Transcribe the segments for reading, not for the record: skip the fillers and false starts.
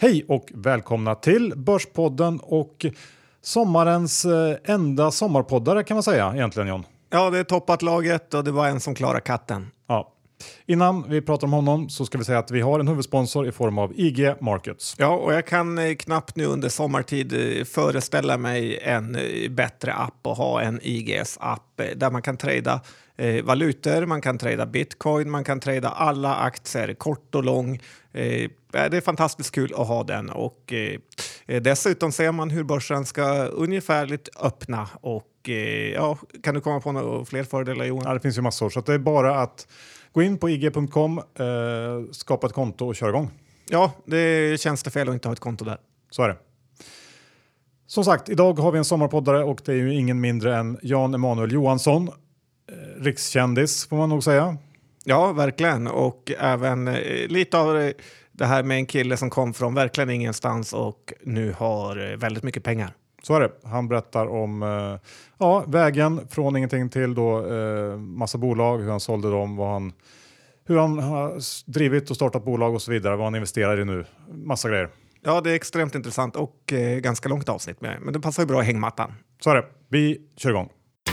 Hej och välkomna till Börspodden och sommarens enda sommarpoddare kan man säga egentligen, John. Ja, det är toppat laget och det var en som klarade katten. Ja. Innan vi pratar om honom så ska vi säga att vi har en huvudsponsor i form av IG Markets. Ja, och jag kan knappt nu under sommartid föreställa mig en bättre app och ha en IGs app där man kan trada valutor, man kan trada bitcoin, man kan trada alla aktier, kort och lång. Det är fantastiskt kul att ha den och dessutom ser man hur börsen ska ungefärligt öppna och ja, kan du komma på några fler fördelar, Johan? Ja, det finns ju massor, så att det är bara att gå in på ig.com, skapa ett konto och köra igång. Ja, det känns det fel att inte ha ett konto där. Så är det. Som sagt, idag har vi en sommarpoddare och det är ju ingen mindre än Jan Emanuel Johansson. Rikskändis får man nog säga. Ja, verkligen. Och även lite av det här med en kille som kom från verkligen ingenstans och nu har väldigt mycket pengar. Så är det. Han berättar om vägen från ingenting till då, massa bolag, hur han sålde dem, hur han har drivit och startat bolag och så vidare, vad han investerar i nu. Massa grejer. Ja, det är extremt intressant och ganska långt avsnitt med. Men det passar ju bra i hängmattan. Så är det. Vi kör igång.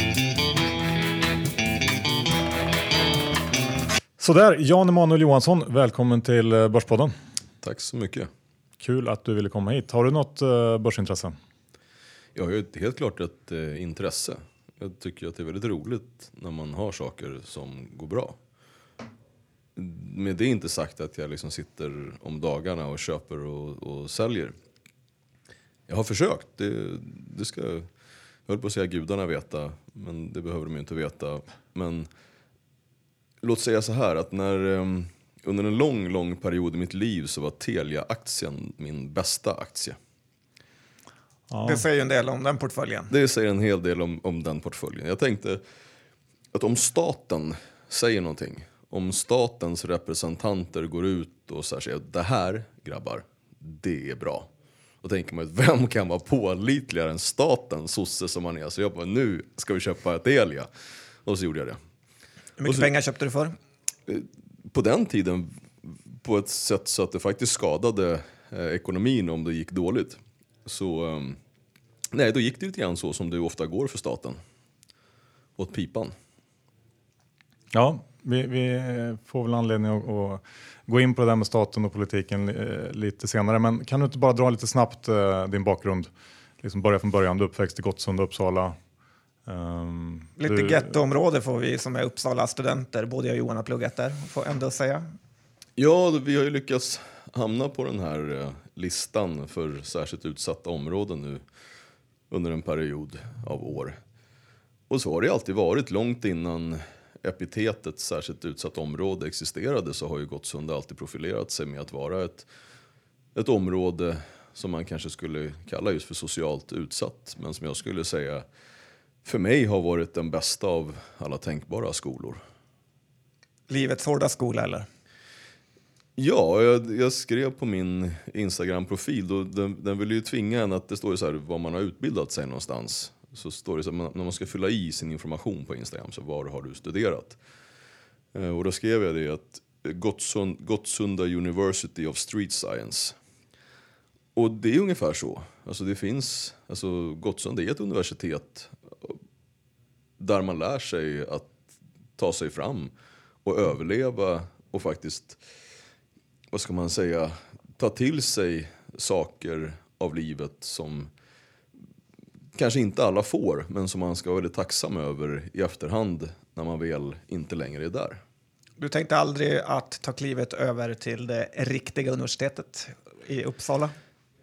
Så där, Jan Emanuel Johansson, välkommen till Börspodden. Tack så mycket. Kul att du ville komma hit. Har du något börsintresse? Jag har ju helt klart ett intresse. Jag tycker att det är väldigt roligt när man har saker som går bra. Med det är inte sagt att jag liksom sitter om dagarna och köper och säljer. Jag har försökt. Det ska, jag höll på att säga gudarna veta, men det behöver de ju inte veta. Men låt säga så här att under en lång period i mitt liv så var Telia-aktien min bästa aktie. Ja. Det säger en del om den portföljen. Det säger en hel del om den portföljen. Jag tänkte att om staten säger någonting, om statens representanter går ut och säger att det här, grabbar, det är bra. Då tänker man att vem kan vara pålitligare än staten, sosse som man är. Så jag bara, nu ska vi köpa Telia. Och så gjorde jag det. Hur mycket pengar köpte du för? På den tiden på ett sätt så att det faktiskt skadade ekonomin om det gick dåligt. Så då gick det lite grann så som det ofta går för staten. Åt pipan. Ja, vi får väl anledning att gå in på det där med staten och politiken lite senare. Men kan du inte bara dra lite snabbt din bakgrund? Liksom börja från början. Du uppväxt i Gottsunda, Uppsala. Lite gettoområde får vi som är Uppsala studenter. Både jag och Johan har pluggat där, får ändå säga. Ja, vi har ju lyckats hamna på den här listan för särskilt utsatta områden nu under en period av år. Och så har det alltid varit. Långt innan epitetet särskilt utsatt område existerade så har ju Gottsunda alltid profilerat sig med att vara ett område som man kanske skulle kalla just för socialt utsatt. Men som jag skulle säga för mig har varit den bästa av alla tänkbara skolor. Livets hårda skola eller? Ja, jag skrev på min Instagram-profil och den vill ju tvinga en att det står så här vad man har utbildat sig någonstans. Så står det så här, när man ska fylla i sin information på Instagram så var har du studerat? Och då skrev jag det att Gottsunda University of Street Science. Och det är ungefär så. Alltså det finns, Gottsunda är ett universitet där man lär sig att ta sig fram och överleva och faktiskt, vad ska man säga, ta till sig saker av livet som kanske inte alla får, men som man ska vara väldigt tacksam över i efterhand när man väl inte längre är där. Du tänkte aldrig att ta klivet över till det riktiga universitetet i Uppsala?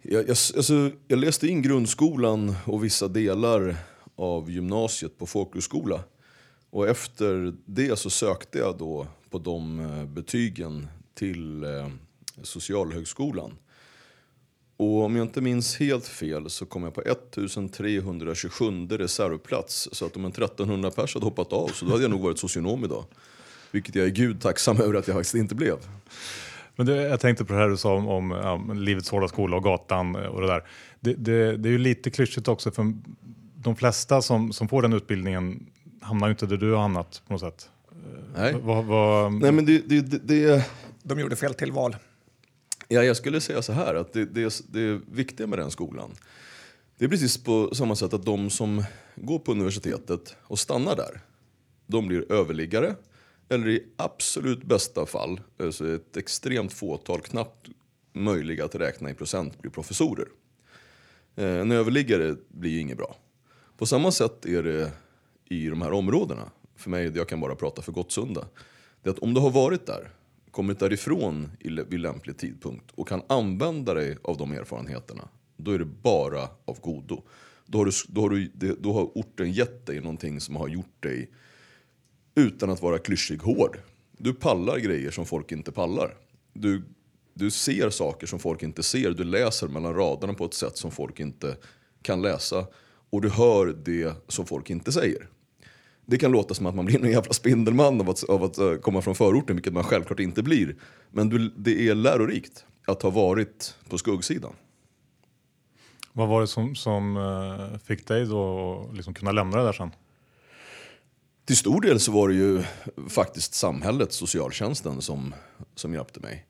Jag läste in grundskolan och vissa delar av gymnasiet på folkhögskola. Och efter det så sökte jag då på de betygen till socialhögskolan. Och om jag inte minns helt fel så kom jag på 1327 reservplats. Så att om en 1300 pers hade hoppat av så då hade jag nog varit socionom idag. Vilket jag är gud tacksam över att jag faktiskt inte blev. Men jag tänkte på det här du sa om livets hårda skola och gatan och det där. Det är ju lite klyschigt också för de flesta som får den utbildningen hamnar ju inte där du har hamnat på något sätt. Nej, Nej men det... De gjorde fel tillval. Ja, jag skulle säga så här att det viktiga med den skolan, det är precis på samma sätt att de som går på universitetet och stannar där, de blir överliggare eller i absolut bästa fall, alltså ett extremt fåtal, knappt möjliga att räkna i procent, blir professorer. En överliggare blir ju inget bra. På samma sätt är det i de här områdena. För mig, jag kan bara prata för Gottsunda. Det är att om du har varit där, kommit därifrån vid lämplig tidpunkt och kan använda dig av de erfarenheterna, då är det bara av godo. Då har orten gett dig någonting som har gjort dig, utan att vara klyschig, hård. Du pallar grejer som folk inte pallar. Du ser saker som folk inte ser. Du läser mellan raderna på ett sätt som folk inte kan läsa. Och du hör det som folk inte säger. Det kan låta som att man blir en jävla spindelman av att komma från förorten, vilket man självklart inte blir. Men det är lärorikt att ha varit på skuggsidan. Vad var det som fick dig då att liksom kunna lämna det där sen? Till stor del så var det ju faktiskt samhället, socialtjänsten, som hjälpte mig.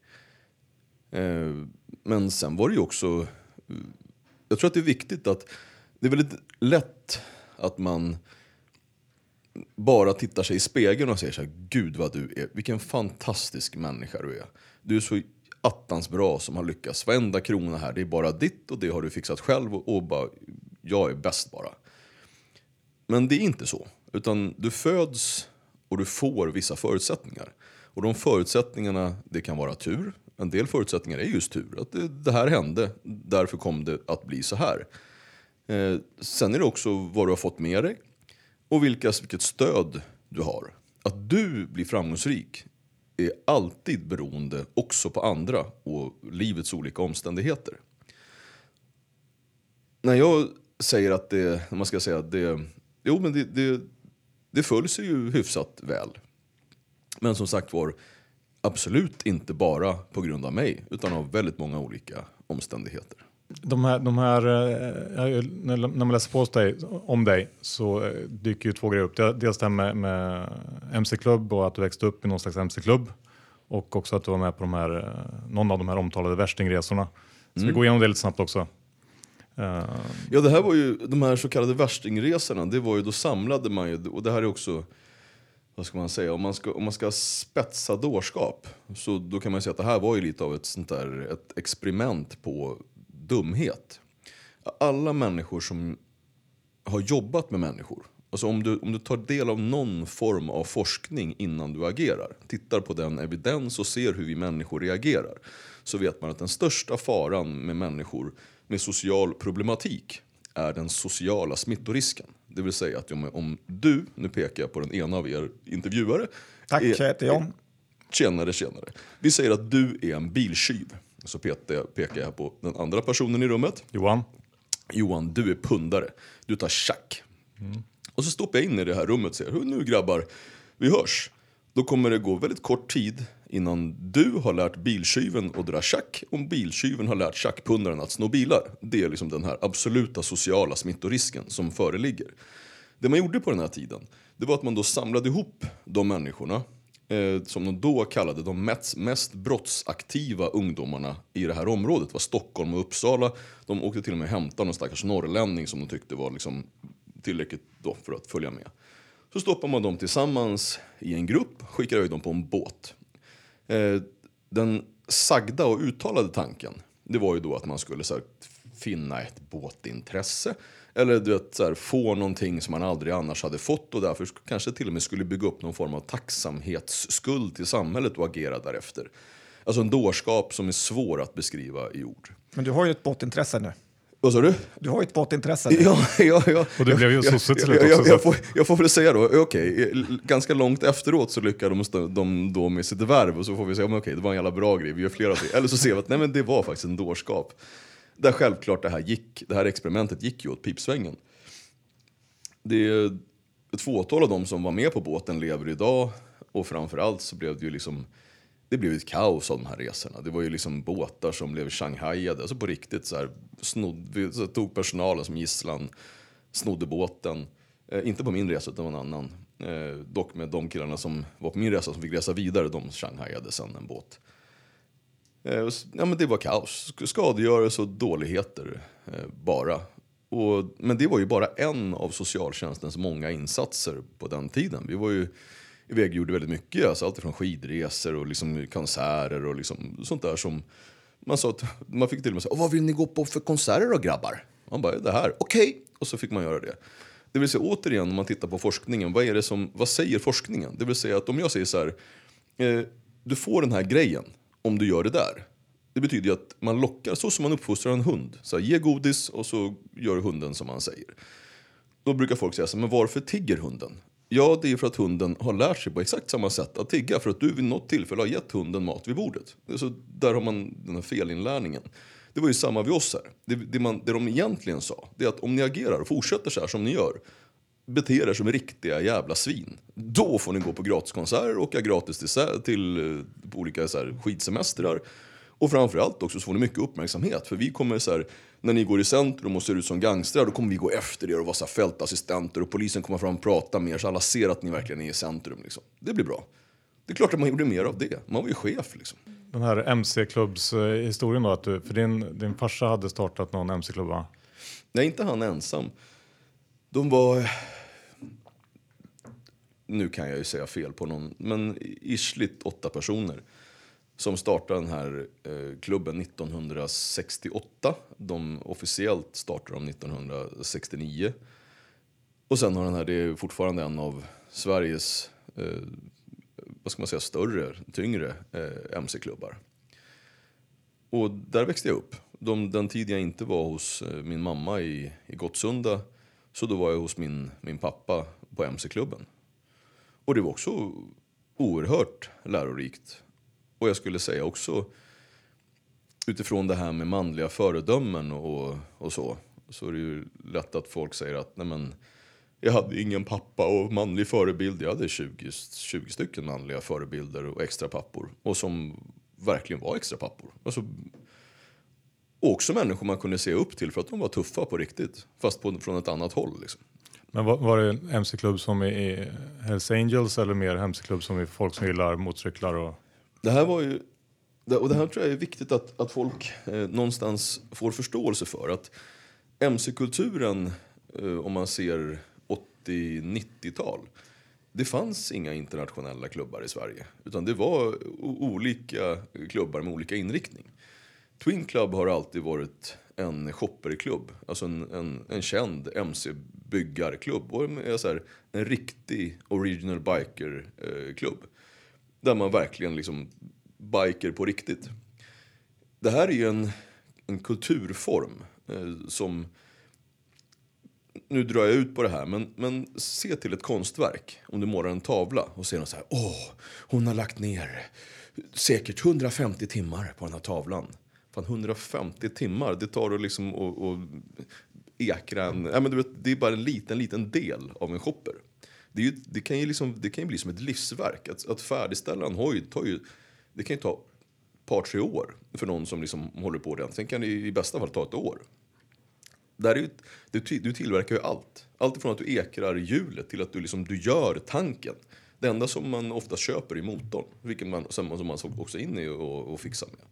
Men sen var det ju också, jag tror att det är viktigt att det är väldigt lätt att man bara tittar sig i spegeln och säger så här: Gud vad du är, vilken fantastisk människa du är. Du är så attans bra som har lyckats. Varenda krona här, det är bara ditt och det har du fixat själv och bara, jag är bäst bara. Men det är inte så, utan du föds och du får vissa förutsättningar. Och de förutsättningarna, det kan vara tur. En del förutsättningar är just tur. Att det här hände, därför kom det att bli så här. Sen är det också vad du har fått med dig. Och vilket stöd du har. Att du blir framgångsrik är alltid beroende också på andra och livets olika omständigheter. När jag säger att man ska säga att det följs ju hyfsat väl. Men som sagt var, absolut inte bara på grund av mig, utan av väldigt många olika omständigheter. När man läser på om dig så dyker ju två grejer upp. Dels det här med MC-klubb och att du växte upp i någon slags MC-klubb. Och också att du var med på någon av de här omtalade värstingresorna. Så vi går igenom det lite snabbt också. Ja, det här var ju, de här så kallade värstingresorna, det var ju, då samlade man ju, och det här är också, vad ska man säga, om man ska spetsa dårskap, så då kan man säga att det här var ju lite av ett experiment på dumhet. Alla människor som har jobbat med människor, alltså om du tar del av någon form av forskning innan du agerar, tittar på den evidens och ser hur vi människor reagerar, så vet man att den största faran med människor med social problematik är den sociala smittorisken. Det vill säga att om du, nu pekar jag på den ena av er intervjuare. Tack, heter John. Tjenare. Vi säger att du är en biltjuv. Så pekar jag på den andra personen i rummet. Johan, du är pundare. Du tar tjack. Och så stoppar jag in i det här rummet och säger: nu grabbar, vi hörs. Då kommer det gå väldigt kort tid innan du har lärt biltjuven att dra tjack, om biltjuven har lärt tjackpundaren att snå bilar. Det är liksom den här absoluta sociala smittorisken som föreligger. Det man gjorde på den här tiden, det var att man då samlade ihop de människorna som de då kallade de mest brottsaktiva ungdomarna i det här området. Det var Stockholm och Uppsala. De åkte till och med hämta någon stackars norrlänning som de tyckte var liksom tillräckligt då för att följa med. Så stoppar man dem tillsammans i en grupp, skickar över dem på en båt. Den sagda och uttalade tanken, det var ju då att man skulle så här, finna ett båtintresse. Eller så här, få någonting som man aldrig annars hade fått, och därför kanske till och med skulle bygga upp någon form av tacksamhetsskuld till samhället och agera därefter. Alltså en dårskap som är svår att beskriva i ord. Men du har ju ett båtintresse nu. Vad sa du? Du har ju ett båtintresse nu. Ja. Och det blev ju sosse till slut också. Jag får väl säga då, okej, ganska långt efteråt så lyckades de då med sitt värv, och så får vi säga, okej, det var en jävla bra grej, vi gör flera av det. Eller så ser vi att nej, men det var faktiskt en dårskap. Där självklart det här experimentet gick ju åt pipsvängen. Det är ett fåtal av dem som var med på båten lever idag, och framförallt så blev det ju liksom, det blev ett kaos av de här resorna. Det var ju liksom båtar som blev shanghaiade, alltså på riktigt så här, så tog personalen som gisslan, snodde båten. Inte på min resa, utan någon annan. Dock med de killarna som var på min resa som fick resa vidare, de shanghaiade sen en båt. Ja, men det var kaos, skadegörelse och dåligheter bara. Men det var ju bara en av socialtjänstens många insatser på den tiden. Vi var ju iväg och gjorde väldigt mycket, alltså allt från skidresor och liksom konserter och liksom sånt där som man sa att man fick till och med säga, vad vill ni gå på för konserter då, grabbar? Man bara, det här, okej. Och så fick man göra det. Det vill säga återigen, om man tittar på forskningen, vad säger forskningen? Det vill säga att om jag säger så här, du får den här grejen om du gör det där. Det betyder ju att man lockar, så som man uppfostrar en hund. Så här, ge godis och så gör hunden som man säger. Då brukar folk säga så här, men varför tigger hunden? Ja, det är för att hunden har lärt sig på exakt samma sätt att tigga. För att du vid något tillfälle har gett hunden mat vid bordet. Så där har man den här felinlärningen. Det var ju samma vid oss här. Det de egentligen sa, det är att om ni agerar och fortsätter så här som ni gör, beter er som riktiga jävla svin, då får ni gå på gratiskonserter och åka gratis till olika så här skidsemestrar. Och framförallt också så får ni mycket uppmärksamhet. För vi kommer så här, när ni går i centrum och ser ut som gangstrar, då kommer vi gå efter er och vara så här fältassistenter. Och polisen kommer fram och prata med er så alla ser att ni verkligen är i centrum. Liksom. Det blir bra. Det är klart att man gjorde mer av det. Man var ju chef liksom. Den här MC-klubbs-historien då, att för din farsa hade startat någon MC-klubb, va? Nej, inte han ensam. De var... Nu kan jag ju säga fel på någon, men isligt 8 personer som startade den här klubben 1968. De officiellt startade dem 1969. Och sen har den här, det är fortfarande en av Sveriges vad ska man säga, större, tyngre MC-klubbar. Och där växte jag upp. Den tid jag inte var hos min mamma i Gottsunda, så då var jag hos min pappa på MC-klubben. Och det var också oerhört lärorikt. Och jag skulle säga också utifrån det här med manliga föredömen och så är det ju lätt att folk säger att nej men, jag hade ingen pappa och manlig förebild. Jag hade 20 stycken manliga förebilder och extra pappor. Och som verkligen var extra pappor. Alltså, och också människor man kunde se upp till för att de var tuffa på riktigt. Fast från ett annat håll liksom. Men var det en MC-klubb som är Hells Angels eller mer MC-klubb som är folk som gillar motorcyklar? Och... Det här var ju... Och det här tror jag är viktigt att folk någonstans får förståelse för. Att MC-kulturen, om man ser 80-90-tal, det fanns inga internationella klubbar i Sverige. Utan det var olika klubbar med olika inriktning. Twin Club har alltid varit en shopperklubb. Alltså en känd MC-byggarklubb. Och så här, en riktig original biker-klubb. Där man verkligen liksom biker på riktigt. Det här är ju en kulturform som... Nu drar jag ut på det här, men se till ett konstverk. Om du målar en tavla och ser någon så här, hon har lagt ner säkert 150 timmar på den här tavlan. Fan, 150 timmar, det tar att liksom och ekra men du vet, det är bara en liten del av en shopper. Det kan ju bli som ett livsverk. Att färdigställa en hoj det kan ju ta ett par 3 år för någon som liksom håller på den. Sen kan det i bästa fall ta ett år. Du tillverkar ju allt. Allt ifrån att du ekrar hjulet till att du gör tanken. Det enda som man ofta köper är motorn. Vilken som man också in i och fixar med.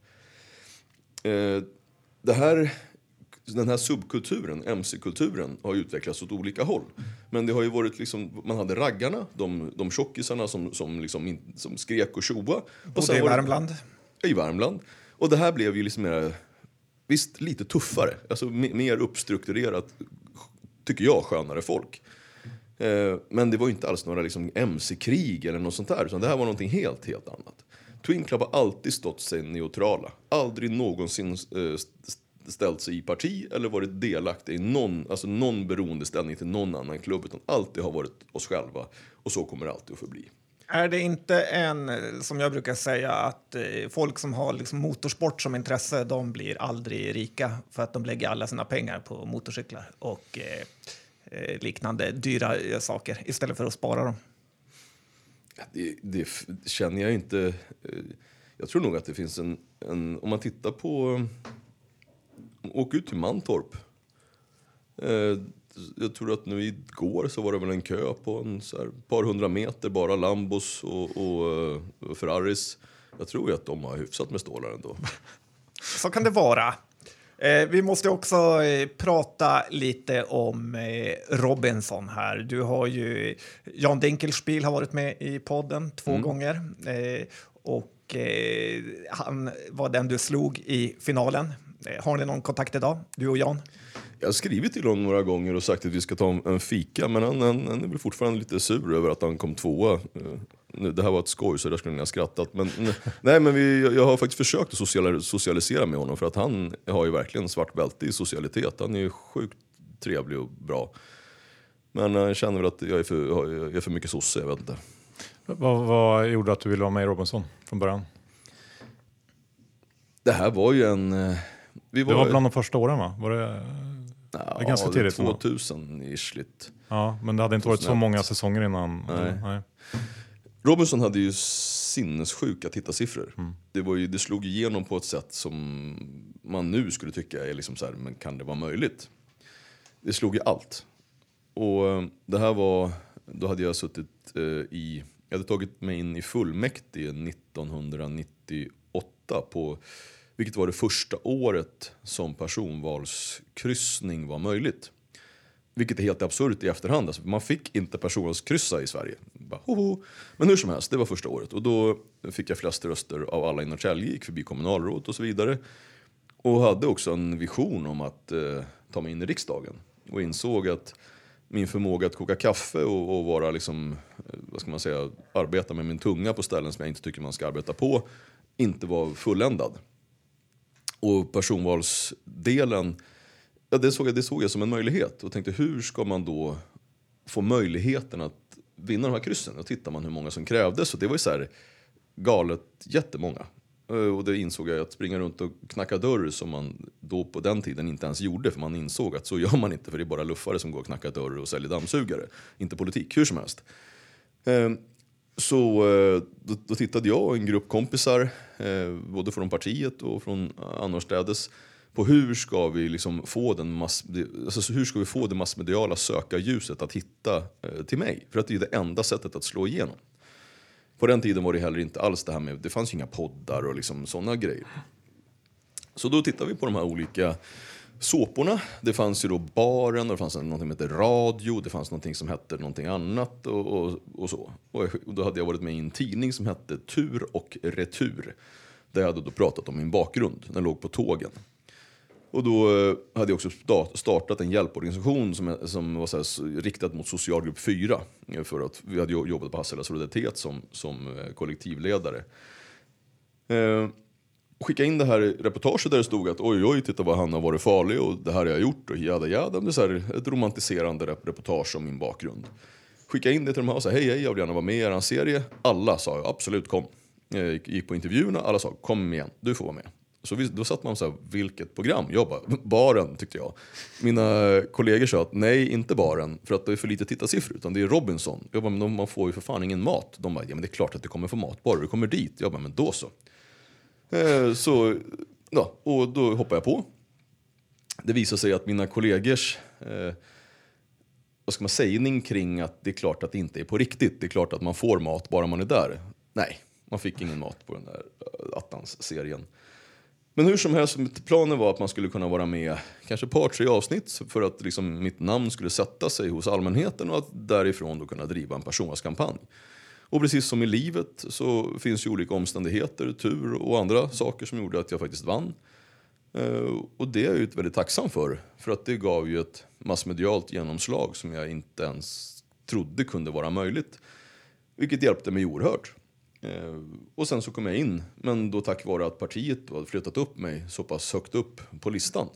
Den här subkulturen, MC-kulturen, har utvecklats åt olika håll. Men det har ju varit liksom, man hade raggarna, de tjockisarna som skrek och tjoa. Bodde i Värmland. I Värmland. Och det här blev ju liksom mer, visst lite tuffare, alltså mer uppstrukturerat, tycker jag, skönare folk. Men det var ju inte alls några liksom MC-krig eller något sånt där, utan det här var någonting helt annat. Twin Club har alltid stått sig neutrala. Aldrig någonsin ställt sig i parti eller varit delaktig i någon beroendeställning till någon annan klubb, utan alltid har varit oss själva, och så kommer det alltid att förbli. Är det inte som jag brukar säga, att folk som har liksom motorsport som intresse, de blir aldrig rika för att de lägger alla sina pengar på motorcyklar och liknande dyra saker istället för att spara dem? Det känner jag inte. Jag tror nog att det finns en om man tittar på, åk ut till Mantorp. Jag tror att nu igår så var det väl en kö på ett par 100 meter, bara Lambos och Ferraris. Jag tror ju att de har hyfsat med stålar ändå. Så kan det vara. Vi måste också prata lite om Robinson här. Du har ju, Jan Dinkelspiel har varit med i podden 2 gånger. Och han var den du slog i finalen. Har ni någon kontakt idag, du och Jan? Jag har skrivit till honom några gånger och sagt att vi ska ta en fika, men han är väl fortfarande lite sur över att han kom 2. Det här var ett skoj, så där skulle ni ha skrattat. Men, nej, men jag har faktiskt försökt att socialisera med honom, för att han har ju verkligen svart bälte i socialitet. Han är ju sjukt trevlig och bra. Men jag känner väl att jag är för mycket sosse, jag vet inte. Vad gjorde att du ville vara med i Robinson från början? Det här var ju Det var bland de första åren, va? Var det ganska tidigt? 2000-ish. Ja, men det hade inte varit så många säsonger innan. Nej. Robinson hade ju sinnessjuka tittarsiffror. Det slog igenom på ett sätt som man nu skulle tycka är liksom så här, men kan det vara möjligt? Det slog ju allt. Och det här var, då hade jag suttit jag hade tagit mig in i fullmäktige 1998 vilket var det första året som personvalskryssning var möjligt. Vilket är helt absurt i efterhand. Alltså, man fick inte personvalskryssa i Sverige. Bara, hoho. Men hur som helst, det var första året. Och då fick jag flest röster av alla i Norrtälje, gick förbi kommunalråd och så vidare. Och hade också en vision om att ta mig in i riksdagen. Och insåg att min förmåga att koka kaffe och vara liksom, vad ska man säga, arbeta med min tunga på ställen som jag inte tycker man ska arbeta på, inte var fulländad. Och personvalsdelen, ja, det såg jag som en möjlighet. Och tänkte, hur ska man då få möjligheten att vinna de här kryssen? Och tittar man hur många som krävdes. Så det var ju så här galet jättemånga. Och det insåg jag, att springa runt och knacka dörr som man då på den tiden inte ens gjorde. För man insåg att så gör man inte, för det är bara luffare som går och knackar dörr och säljer dammsugare. Inte politik, hur som helst. Så då tittade jag och en grupp kompisar, både från partiet och från annorstädes, på hur ska vi liksom få hur ska vi få det massmediala sökarljuset att hitta till mig? För att det är det enda sättet att slå igenom. På den tiden var det heller inte alls det här med, det fanns ju inga poddar och liksom sådana grejer. Så då tittade vi på de här olika såporna. Det fanns ju då Baren, och det fanns någonting som hette Radio, det fanns någonting som hette någonting annat och så. Och då hade jag varit med i en tidning som hette Tur och Retur. Där jag hade då pratat om min bakgrund, den låg på tågen. Och då hade jag också startat en hjälporganisation som var så här, riktad mot socialgrupp 4. För att vi hade jobbat på Hassela Solidaritet som kollektivledare. Skicka in det här reportaget där det stod att oj, titta vad han har varit farlig och det här har jag gjort och jada. Det är så här ett romantiserande reportage om min bakgrund. Skicka in det till de här och sa hej, jag vill gärna vara med i er serie. Alla sa absolut kom. Jag gick på intervjuerna, alla sa kom igen, du får vara med. Så då satt man så här, vilket program? Jag bara, Baren tyckte jag. Mina kollegor sa att nej, inte Baren, för att det är för lite tittarsiffror, utan det är Robinson. Jag bara, men man får ju för fan ingen mat. De bara, ja men det är klart att du kommer få mat, bara du kommer dit. Jag bara, men då så. Så, ja, och då hoppade jag på. Det visade sig att mina kollegors vad ska man sägning kring att det är klart att det inte är på riktigt. Det är klart att man får mat bara man är där. Nej, man fick ingen mat på den där attans-serien. Men hur som helst, planen var att man skulle kunna vara med kanske 2-3 avsnitt för att liksom mitt namn skulle sätta sig hos allmänheten och att därifrån då kunna driva en personvalskampanj. Och precis som i livet så finns ju olika omständigheter, tur och andra saker som gjorde att jag faktiskt vann. Och det är jag ju väldigt tacksam för att det gav ju ett massmedialt genomslag som jag inte ens trodde kunde vara möjligt. Vilket hjälpte mig oerhört. Och sen så kom jag in, men då tack vare att partiet hade flyttat upp mig så pass högt upp på listan.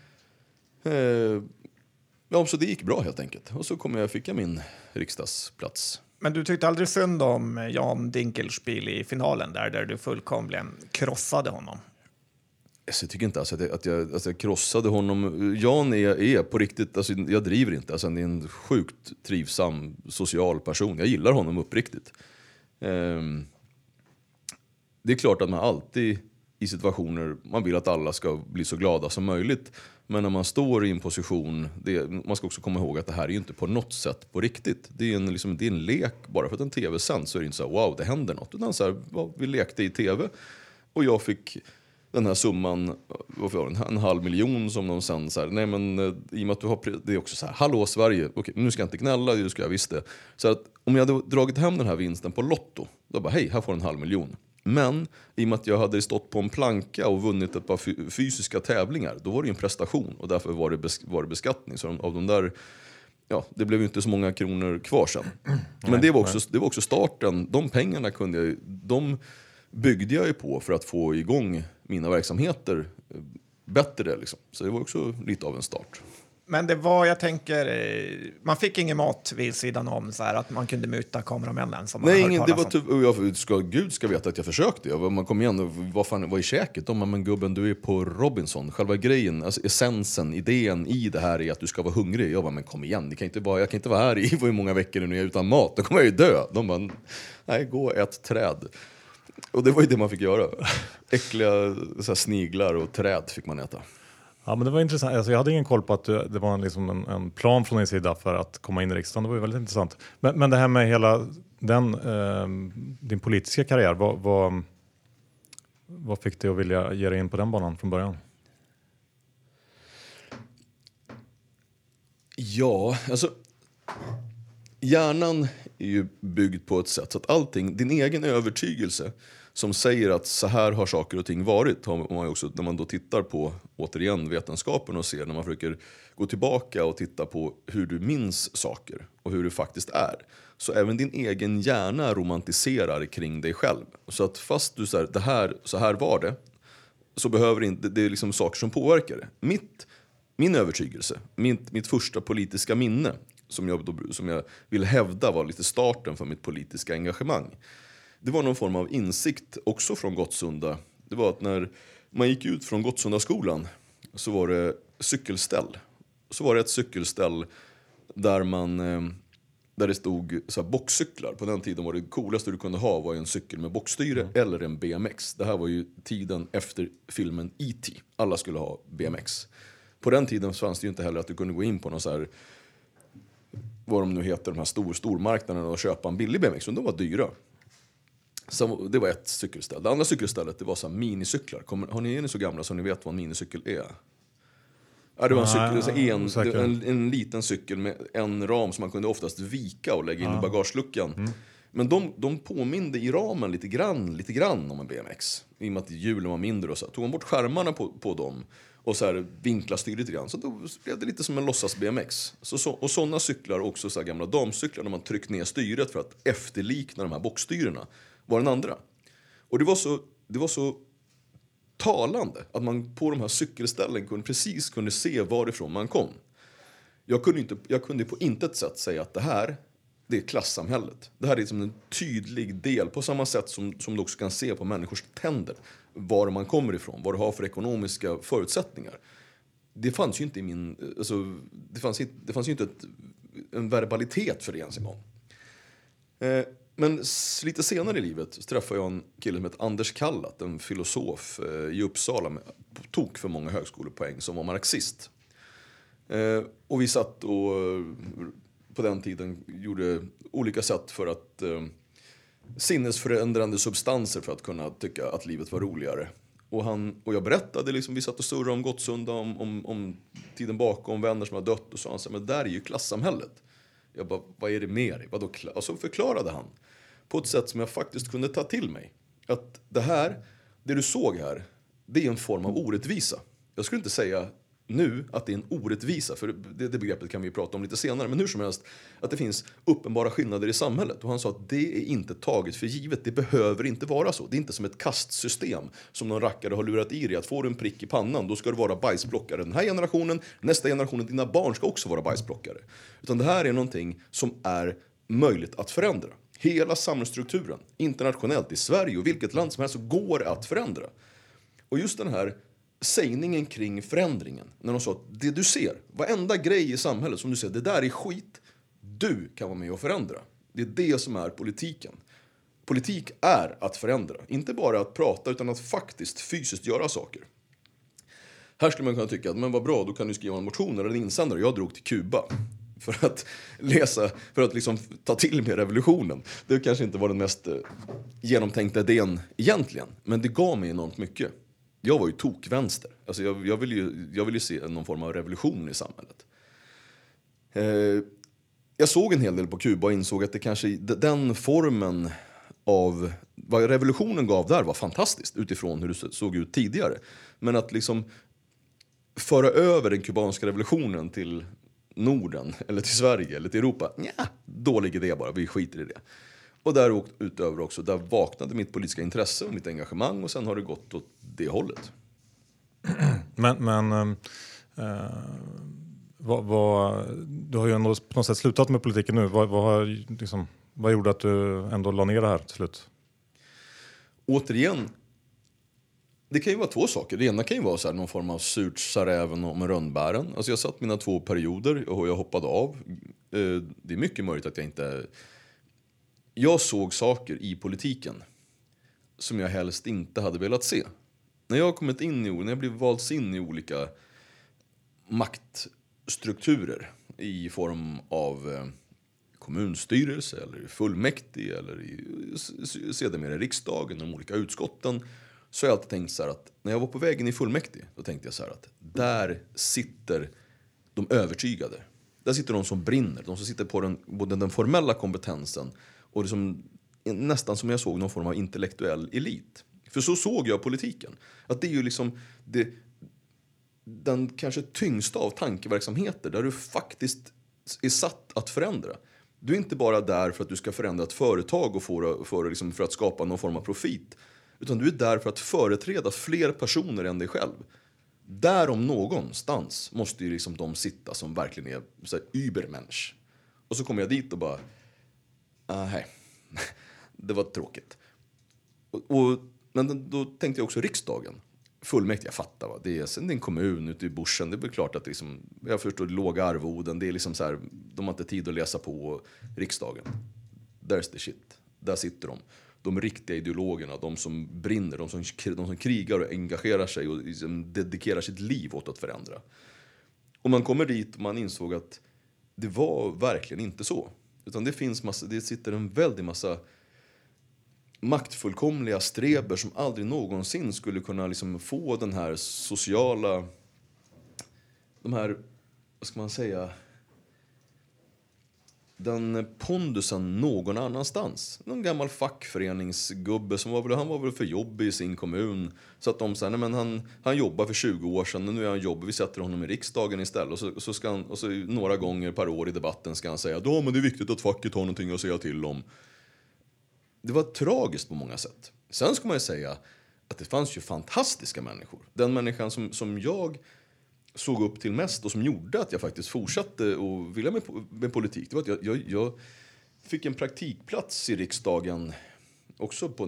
Ja, så det gick bra helt enkelt. Och så fick jag min riksdagsplats. Men du tyckte aldrig synd om Jan Dinkelspiel i finalen där du fullkomligen krossade honom? Jag tycker inte alltså att jag krossade honom. Jan är på riktigt, alltså jag driver inte. Alltså, han är en sjukt trivsam social person. Jag gillar honom uppriktigt. Det är klart att man alltid i situationer man vill att alla ska bli så glada som möjligt. Men när man står i en position, man ska också komma ihåg att det här är ju inte på något sätt på riktigt. Det är en lek, bara för att en tv sänds så är det inte så här, wow, det händer något. Utan så här, vi lekte i tv och jag fick den här summan, en 500 000 som de sen så här, nej men i och med att du har, det är också så här, hallå Sverige, okej, nu ska jag inte gnälla, det ska jag visst det. Så att om jag hade dragit hem den här vinsten på Lotto, då bara hej, här får du 500 000. Men i och med att jag hade stått på en planka och vunnit ett par fysiska tävlingar, då var det ju en prestation och därför var det beskattning. Så av de där, ja, det blev ju inte så många kronor kvar sen. Men det var också starten, de pengarna de byggde jag ju på för att få igång mina verksamheter bättre liksom. Så det var också lite av en start. Men det var, jag tänker, man fick ingen mat vid sidan om så här att man kunde muta kameramännen som man nej, hört det var talas om. Gud ska veta att jag försökte. Man kom igen, vad är käket? Men gubben, du är på Robinson. Själva grejen, alltså essensen, idén i det här är att du ska vara hungrig. Jag bara, men kom igen, jag kan inte vara här i hur många veckor nu när jag är utan mat. Då kommer jag ju dö. De bara, nej, gå ett träd. Och det var ju det man fick göra. Äckliga så här, sniglar och träd fick man äta. Ja, men det var intressant. Alltså, jag hade ingen koll på att det var en plan från din sida för att komma in i riksdagen. Det var ju väldigt intressant. Men det här med hela din politiska karriär, vad fick dig att vilja ge dig in på den banan från början? Ja, alltså hjärnan är ju byggd på ett sätt så att allting, din egen övertygelse som säger att så här har saker och ting varit, har man också, när man då tittar på återigen vetenskapen och ser, när man försöker gå tillbaka och titta på hur du minns saker och hur det faktiskt är, så även din egen hjärna romantiserar kring dig själv. Så att fast du säger så här var det, så behöver inte, det är liksom saker som påverkar det. Min övertygelse, mitt första politiska minne som jag vill hävda var lite starten för mitt politiska engagemang. Det var någon form av insikt också från Gottsunda. Det var att när man gick ut från Gottsundaskolan så var det cykelställ. Så var det ett cykelställ där det stod så här boxcyklar. På den tiden var det coolaste du kunde ha var en cykel med boxstyre eller en BMX. Det här var ju tiden efter filmen E.T. Alla skulle ha BMX. På den tiden fanns det ju inte heller att du kunde gå in på någon så här, vad de nu heter, de här stormarknaderna och köpa en billig BMX. Och de var dyra. Så det var ett cykelställ. Det andra cykelstället, det var så här minicyklar. Har ni så gamla så ni vet vad en minicykel är? Ja, det var en liten cykel med en ram som man kunde oftast vika och lägga in i bagageluckan. Men de påminde i ramen lite grann om en BMX. I och med att hjulen var mindre och så. Tog man bort skärmarna på dem och så här vinkla styret lite grann, så då blev det lite som en låtsas BMX. Och sådana cyklar, också så här gamla damcyklar, när man tryckt ner styret för att efterlikna de här boxstyrerna, var den andra. Och det var så talande att man på de här cykelställen precis kunde se varifrån man kom. Jag kunde på intet sätt säga att det är klassamhället. Det här är som en tydlig del, på samma sätt som du också kan se på människors tänder, var man kommer ifrån, vad du har för ekonomiska förutsättningar. Det fanns ju inte i min, alltså, det fanns ju inte en verbalitet för det ens en gång. Men lite senare i livet så träffade jag en kille som heter Anders Kallat, en filosof i Uppsala med tok för många högskolepoäng, som var marxist. Och vi satt och på den tiden gjorde olika sätt för att sinnesförändrande substanser för att kunna tycka att livet var roligare. Och jag berättade, liksom, vi satt och surrade om Gottsunda, om tiden bakom, vänner som har dött, och så han sa, men där är ju klassamhället. Jag bara, vad är det mer? Och så förklarade han på ett sätt som jag faktiskt kunde ta till mig. Att det du såg här, det är en form av orättvisa. Jag skulle inte säga nu att det är en orättvisa, för det begreppet kan vi prata om lite senare, men hur som helst, att det finns uppenbara skillnader i samhället. Och han sa att det är inte taget för givet, det behöver inte vara så. Det är inte som ett kastsystem som någon rackare har lurat i dig, att får du en prick i pannan, då ska du vara bajsplockare. Den här generationen, nästa generation, dina barn ska också vara bajsplockare. Utan det här är någonting som är möjligt att förändra. Hela samhällsstrukturen, internationellt, i Sverige och vilket land som helst, så går det att förändra. Och just den här sägningen kring förändringen, när de sa att det du ser, varenda grej i samhället som du ser, det där är skit, du kan vara med och förändra. Det är det som är politiken. politik är att förändra. Inte bara att prata utan att faktiskt fysiskt göra saker. Här skulle man kunna tycka att men vad bra, då kan du skriva en motion eller en insändare. Jag drog till Kuba för att läsa, för att liksom ta till mig revolutionen. Det kanske inte var den mest genomtänkta idén egentligen, men det gav mig enormt mycket. Jag var ju tokvänster. Alltså jag vill ju se någon form av revolution i samhället. Jag såg en hel del på Kuba och insåg att det kanske den formen av vad revolutionen gav där var fantastiskt utifrån hur det såg ut tidigare. Men att liksom föra över den kubanska revolutionen till Norden eller till Sverige eller till Europa, nja, dålig idé bara, vi skiter i det. Och där utöver också, där vaknade mitt politiska intresse och mitt engagemang och sen har det gått åt det hållet. Men du har ju ändå på något sätt slutat med politiken nu. Vad gjorde att du ändå la ner det här till slut? Återigen, det kan ju vara två saker. Det ena kan ju vara så här, någon form av surt sa räven om rönnbären. Alltså jag satt mina 2 perioder och jag hoppade av. Det är mycket möjligt att jag inte... Jag såg saker i politiken som jag helst inte hade velat se. När jag har kommit in när jag blivit valts in i olika maktstrukturer i form av kommunstyrelse eller fullmäktige eller sedermera i riksdagen, de olika utskotten, så har jag alltid tänkt så här att när jag var på vägen i fullmäktige, då tänkte jag så här att där sitter de övertygade. Där sitter de som brinner, de som sitter på både den formella kompetensen och liksom, nästan som jag såg någon form av intellektuell elit. För så såg jag politiken. Att det är ju liksom den kanske tyngsta av tankeverksamheter där du faktiskt är satt att förändra. Du är inte bara där för att du ska förändra ett företag och för att skapa någon form av profit. Utan du är där för att företräda fler personer än dig själv. Där om någonstans måste ju liksom de sitta som verkligen är så här übermensch. Och så kommer jag dit och bara... nej, det var tråkigt. Men då tänkte jag också riksdagen. Fullmäktige, jag fattar vad det är. Sen det är en kommun ute i bushen. Det är väl klart att liksom, jag förstår låga arvoden. Det är liksom så här, de har inte tid att läsa på riksdagen. There's the shit. Där sitter de. De riktiga ideologerna, de som brinner, de som krigar och engagerar sig och liksom dedikerar sitt liv åt att förändra. Och man kommer dit och man insåg att det var verkligen inte så. Utan det sitter en väldig massa maktfullkomliga streber som aldrig någonsin skulle kunna liksom få den här sociala, de här, vad ska man säga, den pondusen någon annanstans. Någon gammal fackföreningsgubbe som han var väl för jobbig i sin kommun. Så att de sa, nej men han jobbar för 20 år sedan och nu är han jobbig, vi sätter honom i riksdagen istället. Och så några gånger per år i debatten ska han säga, ja men det är viktigt att facket har någonting att säga till om. Det var tragiskt på många sätt. Sen ska man ju säga att det fanns ju fantastiska människor. Den människan som jag såg upp till mest och som gjorde att jag faktiskt fortsatte och ville med politik, det var att jag fick en praktikplats i riksdagen också på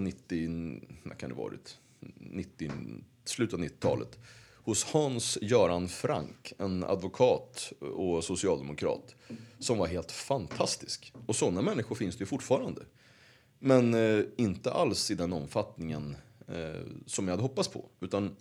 slutet av 90-talet hos Hans Göran Frank, en advokat och socialdemokrat som var helt fantastisk. Och sådana människor finns det ju fortfarande. Men inte alls i den omfattningen som jag hade hoppats på. Utan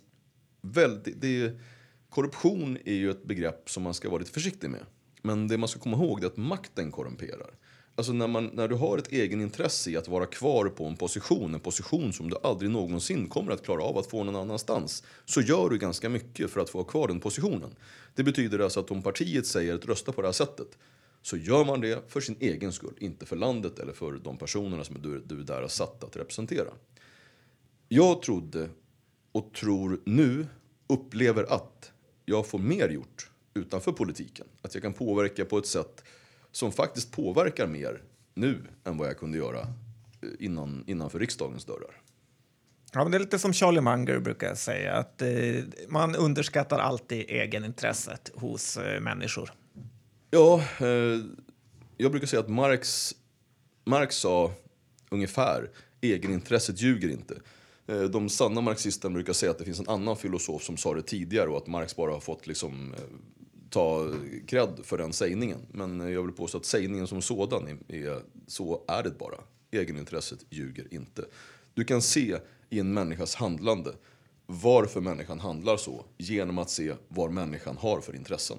korruption är ju ett begrepp som man ska vara lite försiktig med. Men det man ska komma ihåg är att makten korrumperar. Alltså när du har ett egen intresse i att vara kvar på en position som du aldrig någonsin kommer att klara av att få någon annanstans, så gör du ganska mycket för att få kvar den positionen. Det betyder alltså att om partiet säger att rösta på det här sättet, så gör man det för sin egen skull, inte för landet eller för de personerna som du där har satt att representera. Jag trodde och tror nu, upplever att jag får mer gjort utanför politiken. Att jag kan påverka på ett sätt som faktiskt påverkar mer nu än vad jag kunde göra innanför riksdagens dörrar. Ja, men det är lite som Charlie Munger brukar säga, att man underskattar alltid egenintresset hos människor. Ja, jag brukar säga att Marx sa ungefär, egenintresset ljuger inte. De sanna marxisterna brukar säga att det finns en annan filosof som sa det tidigare och att Marx bara har fått liksom ta cred för den sägningen. Men jag vill påstå att sägningen som sådan så är det bara. egenintresset ljuger inte. Du kan se i en människas handlande varför människan handlar så genom att se vad människan har för intressen.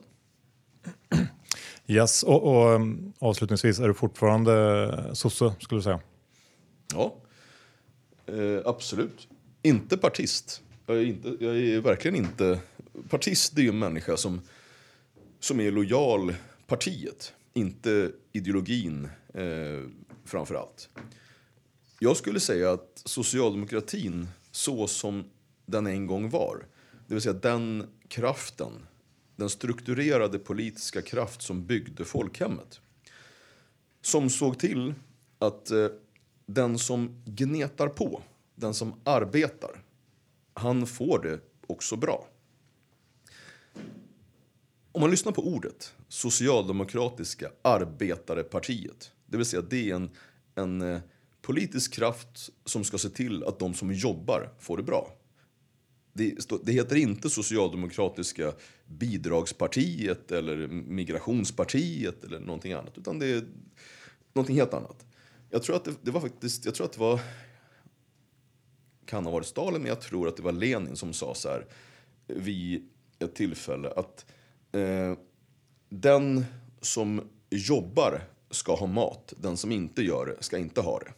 Yes, och avslutningsvis, är du fortfarande sosse, skulle du säga? Ja, absolut. Inte partist. Jag är verkligen inte... Partist, det är ju en människa som är lojal partiet, inte ideologin framför allt. Jag skulle säga att socialdemokratin, så som den en gång var, det vill säga den kraften, den strukturerade politiska kraft som byggde folkhemmet, som såg till att den som gnetar på, den som arbetar, han får det också bra. Om man lyssnar på ordet socialdemokratiska arbetarepartiet, det vill säga det är en politisk kraft som ska se till att de som jobbar får det bra. Det heter inte socialdemokratiska bidragspartiet eller migrationspartiet eller någonting annat, utan det är någonting helt annat. Jag tror att det var kan ha varit Stalin, men jag tror att det var Lenin som sa så här vid ett tillfälle att den som jobbar ska ha mat, den som inte gör det ska inte ha det.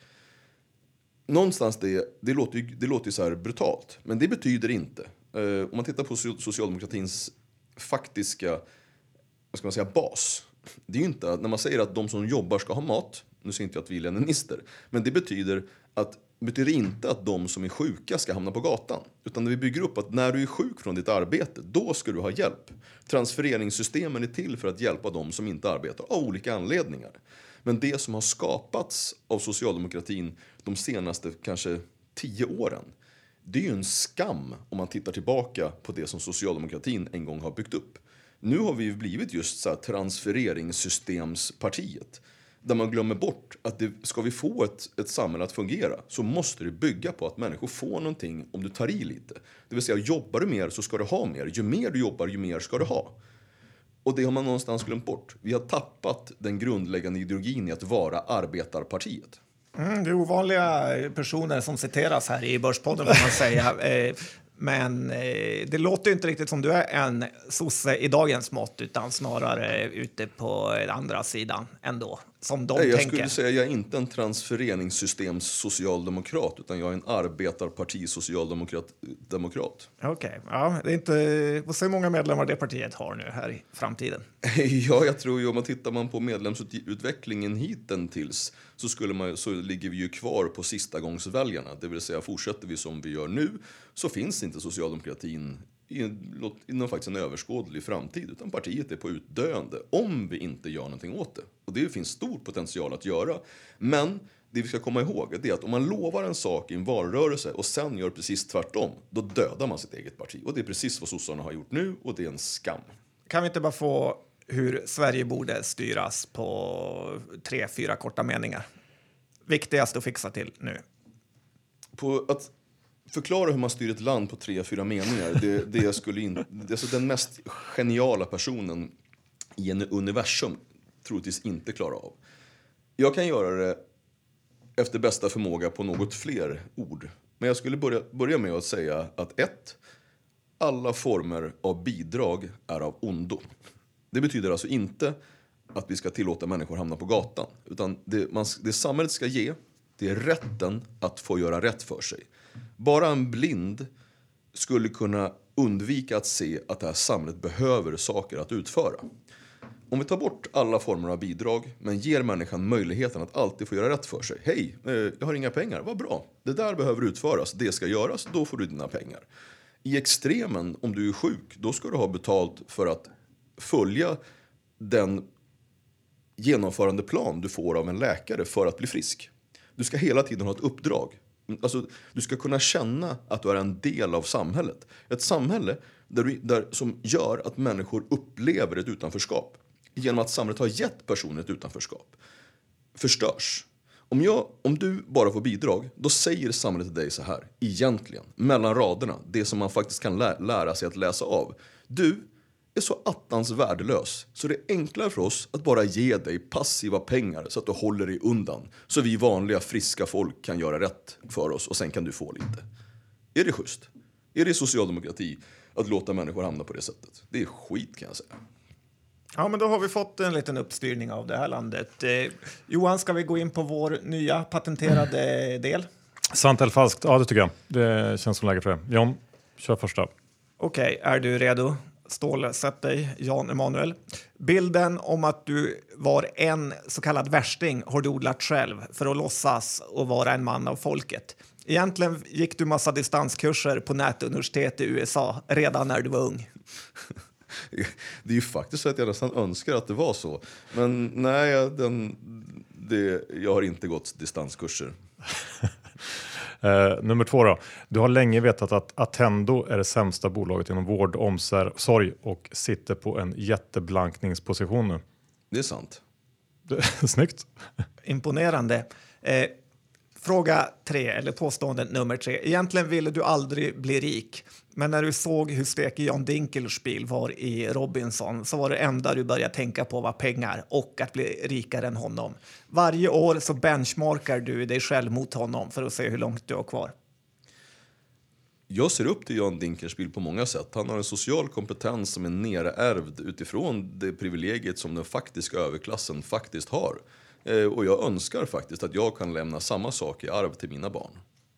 Någonstans det låter ju så här brutalt, men det betyder inte. Om man tittar på socialdemokratins faktiska, vad ska man säga, bas. Det är ju inte när man säger att de som jobbar ska ha mat, nu säger inte jag att vi är leninister, men det betyder inte att de som är sjuka ska hamna på gatan. Utan vi bygger upp att när du är sjuk från ditt arbete, då ska du ha hjälp. Transfereringssystemen är till för att hjälpa de som inte arbetar av olika anledningar. Men det som har skapats av socialdemokratin de senaste kanske 10 åren, det är ju en skam om man tittar tillbaka på det som socialdemokratin en gång har byggt upp. Nu har vi blivit just så här transfereringssystemspartiet. Där man glömmer bort att ska vi få ett samhälle att fungera så måste det bygga på att människor får någonting om du tar i lite. Det vill säga, jobbar du mer så ska du ha mer. Ju mer du jobbar, ju mer ska du ha. Och det har man någonstans glömt bort. Vi har tappat den grundläggande ideologin i att vara arbetarpartiet. Det är ovanliga personer som citeras här i Börspodden, får man säga. Men det låter inte riktigt som du är en sosse i dagens mått, utan snarare ute på andra sidan ändå, som de tänker. Jag skulle säga att jag är inte en transfereringssystems socialdemokrat, utan jag är en arbetarparti-socialdemokrat. Okej. Ja, det är inte... Vad säger många medlemmar det partiet har nu här i framtiden? Ja, jag tror ju om man tittar på medlemsutvecklingen hittills så ligger vi ju kvar på sista gångsväljarna. Det vill säga, fortsätter vi som vi gör nu så finns inte socialdemokratin inom faktiskt en överskådlig framtid, utan partiet är på utdöende om vi inte gör någonting åt det. Och det finns stor potential att göra. Men det vi ska komma ihåg är att om man lovar en sak i en valrörelse och sen gör precis tvärtom, då dödar man sitt eget parti. Och det är precis vad sossarna har gjort nu, och det är en skam. Kan vi inte bara få hur Sverige borde styras på 3-4 korta meningar? Viktigast att fixa till nu. På att förklara hur man styr ett land på 3-4 meningar, det skulle inte... Alltså den mest geniala personen i en universum troligtvis inte klara av. Jag kan göra det efter bästa förmåga på något fler ord. Men jag skulle börja med att säga att 1. Alla former av bidrag är av ondo. Det betyder alltså inte att vi ska tillåta människor hamna på gatan. Utan det samhället ska ge, det är rätten att få göra rätt för sig. Bara en blind skulle kunna undvika att se att det här samhället behöver saker att utföra. Om vi tar bort alla former av bidrag men ger människan möjligheten att alltid få göra rätt för sig. Hej, jag har inga pengar, vad bra. Det där behöver utföras, det ska göras, då får du dina pengar. I extremen, om du är sjuk, då ska du ha betalt för att följa den genomförande plan du får av en läkare för att bli frisk. Du ska hela tiden ha ett uppdrag. Alltså, du ska kunna känna att du är en del av samhället. Ett samhälle som gör att människor upplever ett utanförskap genom att samhället har gett personer ett utanförskap förstörs. Om du bara får bidrag, då säger samhället till dig så här, egentligen, mellan raderna, det som man faktiskt kan lära sig att läsa av. Du är så attans värdelös. Så det är enklare för oss att bara ge dig passiva pengar så att du håller dig undan. Så vi vanliga friska folk kan göra rätt för oss och sen kan du få lite. Är det schysst? Är det socialdemokrati att låta människor hamna på det sättet? Det är skit kan jag säga. Ja, men då har vi fått en liten uppstyrning av det här landet. Johan, ska vi gå in på vår nya patenterade del? Sant eller falskt? Ja, det tycker jag. Det känns som läge för det. John, kör första. Okej, är du redo? Stål, sätt dig. Jan Emanuel. Bilden om att du var en så kallad värsting har du odlat själv för att låtsas och vara en man av folket. Egentligen gick du massa distanskurser på nätuniversitet i USA redan när du var ung. Det är ju faktiskt så att jag nästan önskar att det var så. Men nej, jag har inte gått distanskurser. Nummer 2 då. Du har länge vetat att Attendo är det sämsta bolaget inom vård, omsorg och sitter på en jätteblankningsposition nu. Det är sant. Snyggt. Imponerande. Fråga 3, eller påstående nummer 3. Egentligen ville du aldrig bli rik. Men när du såg hur stekig Jan Dinkelspiel var i Robinson så var det enda du började tänka på var pengar och att bli rikare än honom. Varje år så benchmarkar du dig själv mot honom för att se hur långt du har kvar. Jag ser upp till Jan Dinkelspiel på många sätt. Han har en social kompetens som är nerärvd utifrån det privilegiet som den faktiska överklassen faktiskt har. Och jag önskar faktiskt att jag kan lämna samma sak i arv till mina barn.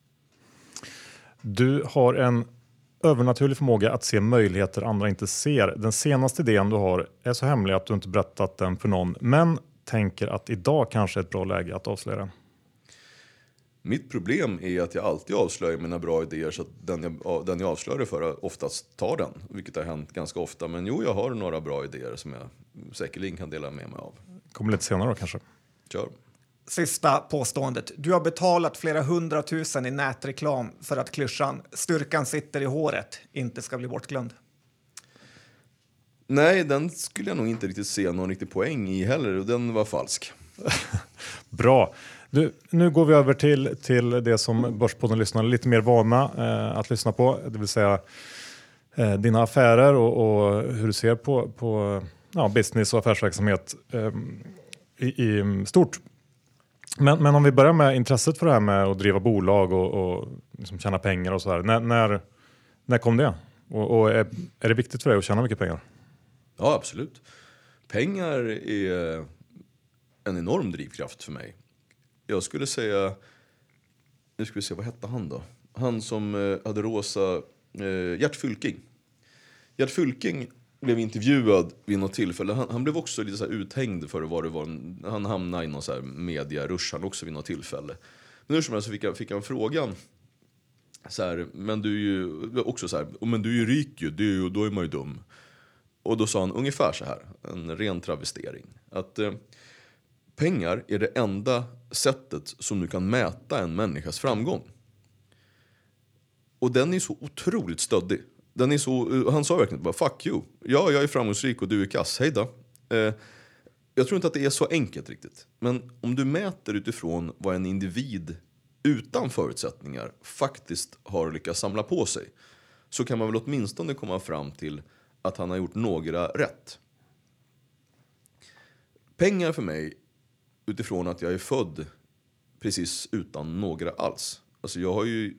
Du har en övernaturlig förmåga att se möjligheter andra inte ser. Den senaste idén du har är så hemlig att du inte berättat den för någon. Men tänker att idag kanske är ett bra läge att avslöja den. Mitt problem är att jag alltid avslöjar mina bra idéer så att den jag avslöjar för oftast tar den. Vilket har hänt ganska ofta. Men jo, jag har några bra idéer som jag säkerligen kan dela med mig av. Kommer lite senare då kanske. Kör. Sista påståendet. Du har betalat flera 100 000 i nätreklam för att klyschan "styrkan sitter i håret" inte ska bli bortglömd. Nej, den skulle jag nog inte riktigt se någon riktig poäng i heller. Och den var falsk. Bra. Nu går vi över till det som Börspodden-lyssnare är lite mer vana att lyssna på. Det vill säga dina affärer och hur du ser på business och affärsverksamhet i stort. Men om vi börjar med intresset för det här med att driva bolag och liksom tjäna pengar och så här. När kom det? Och är det viktigt för dig att tjäna mycket pengar? Ja, absolut. Pengar är en enorm drivkraft för mig. Jag skulle säga... Nu ska vi se, vad hette han då? Han som hade rosa... Gert Fylking. Gert Fylking blev intervjuad vid något tillfälle. Han blev också lite så här uthängd för vad det var. Han hamnade i någon så här media-rush han också vid något tillfälle. Men hur som helst så fick han frågan så här, men du är ju också så här, men du är ju rik ju, då är man ju dum. Och då sa han ungefär så här, en ren travestering, att pengar är det enda sättet som du kan mäta en människas framgång. Och den är så otroligt stöddig. Han sa verkligen bara, fuck you. Ja, jag är framgångsrik och du är kass. Hej då. Jag tror inte att det är så enkelt riktigt. Men om du mäter utifrån vad en individ utan förutsättningar faktiskt har lyckats samla på sig, så kan man väl åtminstone komma fram till att han har gjort några rätt. Pengar för mig, utifrån att jag är född precis utan några alls. Alltså jag har ju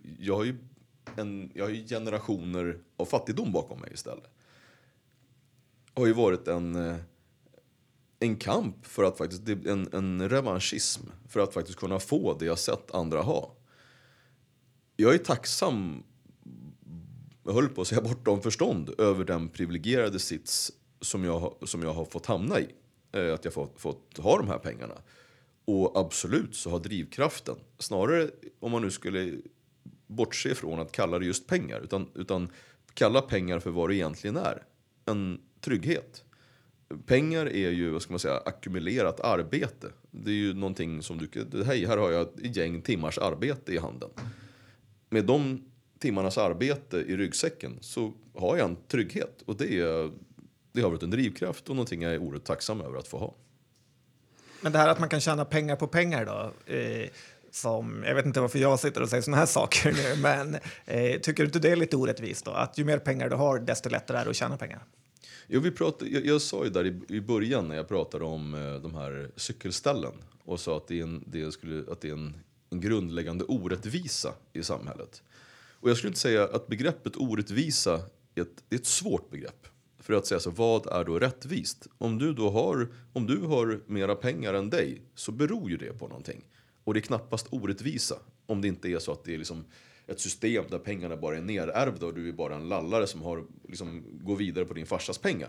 generationer av fattigdom bakom mig istället. Det har ju varit en kamp för att faktiskt, en revanschism för att faktiskt kunna få det jag sett andra ha. Jag är tacksam, jag höll på att säga bortom förstånd, över den privilegierade sits som jag har fått hamna i. Att jag fått ha de här pengarna. Och absolut så har drivkraften, snarare om man nu skulle bortse från att kalla det just pengar, utan kalla pengar för vad det egentligen är. En trygghet. Pengar är ju, vad ska man säga, ackumulerat arbete. Det är ju någonting som här har jag ett gäng timmars arbete i handen. Med de timmarnas arbete i ryggsäcken så har jag en trygghet. Och det har varit en drivkraft och någonting jag är oerhört tacksam över att få ha. Men det här att man kan tjäna pengar på pengar då, jag vet inte varför jag sitter och säger såna här saker nu, men tycker du inte det är lite orättvist då? Att ju mer pengar du har, desto lättare är det att tjäna pengar? Jag sa ju där i början när jag pratade om de här cykelställen och sa att det är en grundläggande orättvisa i samhället. Och jag skulle inte säga att begreppet orättvisa är ett svårt begrepp. För att säga så, vad är då rättvist? Om du har mera pengar än dig så beror ju det på någonting. Och det är knappast orättvisa om det inte är så att det är liksom ett system där pengarna bara är nerärvda och du är bara en lallare som har går vidare på din farsas pengar.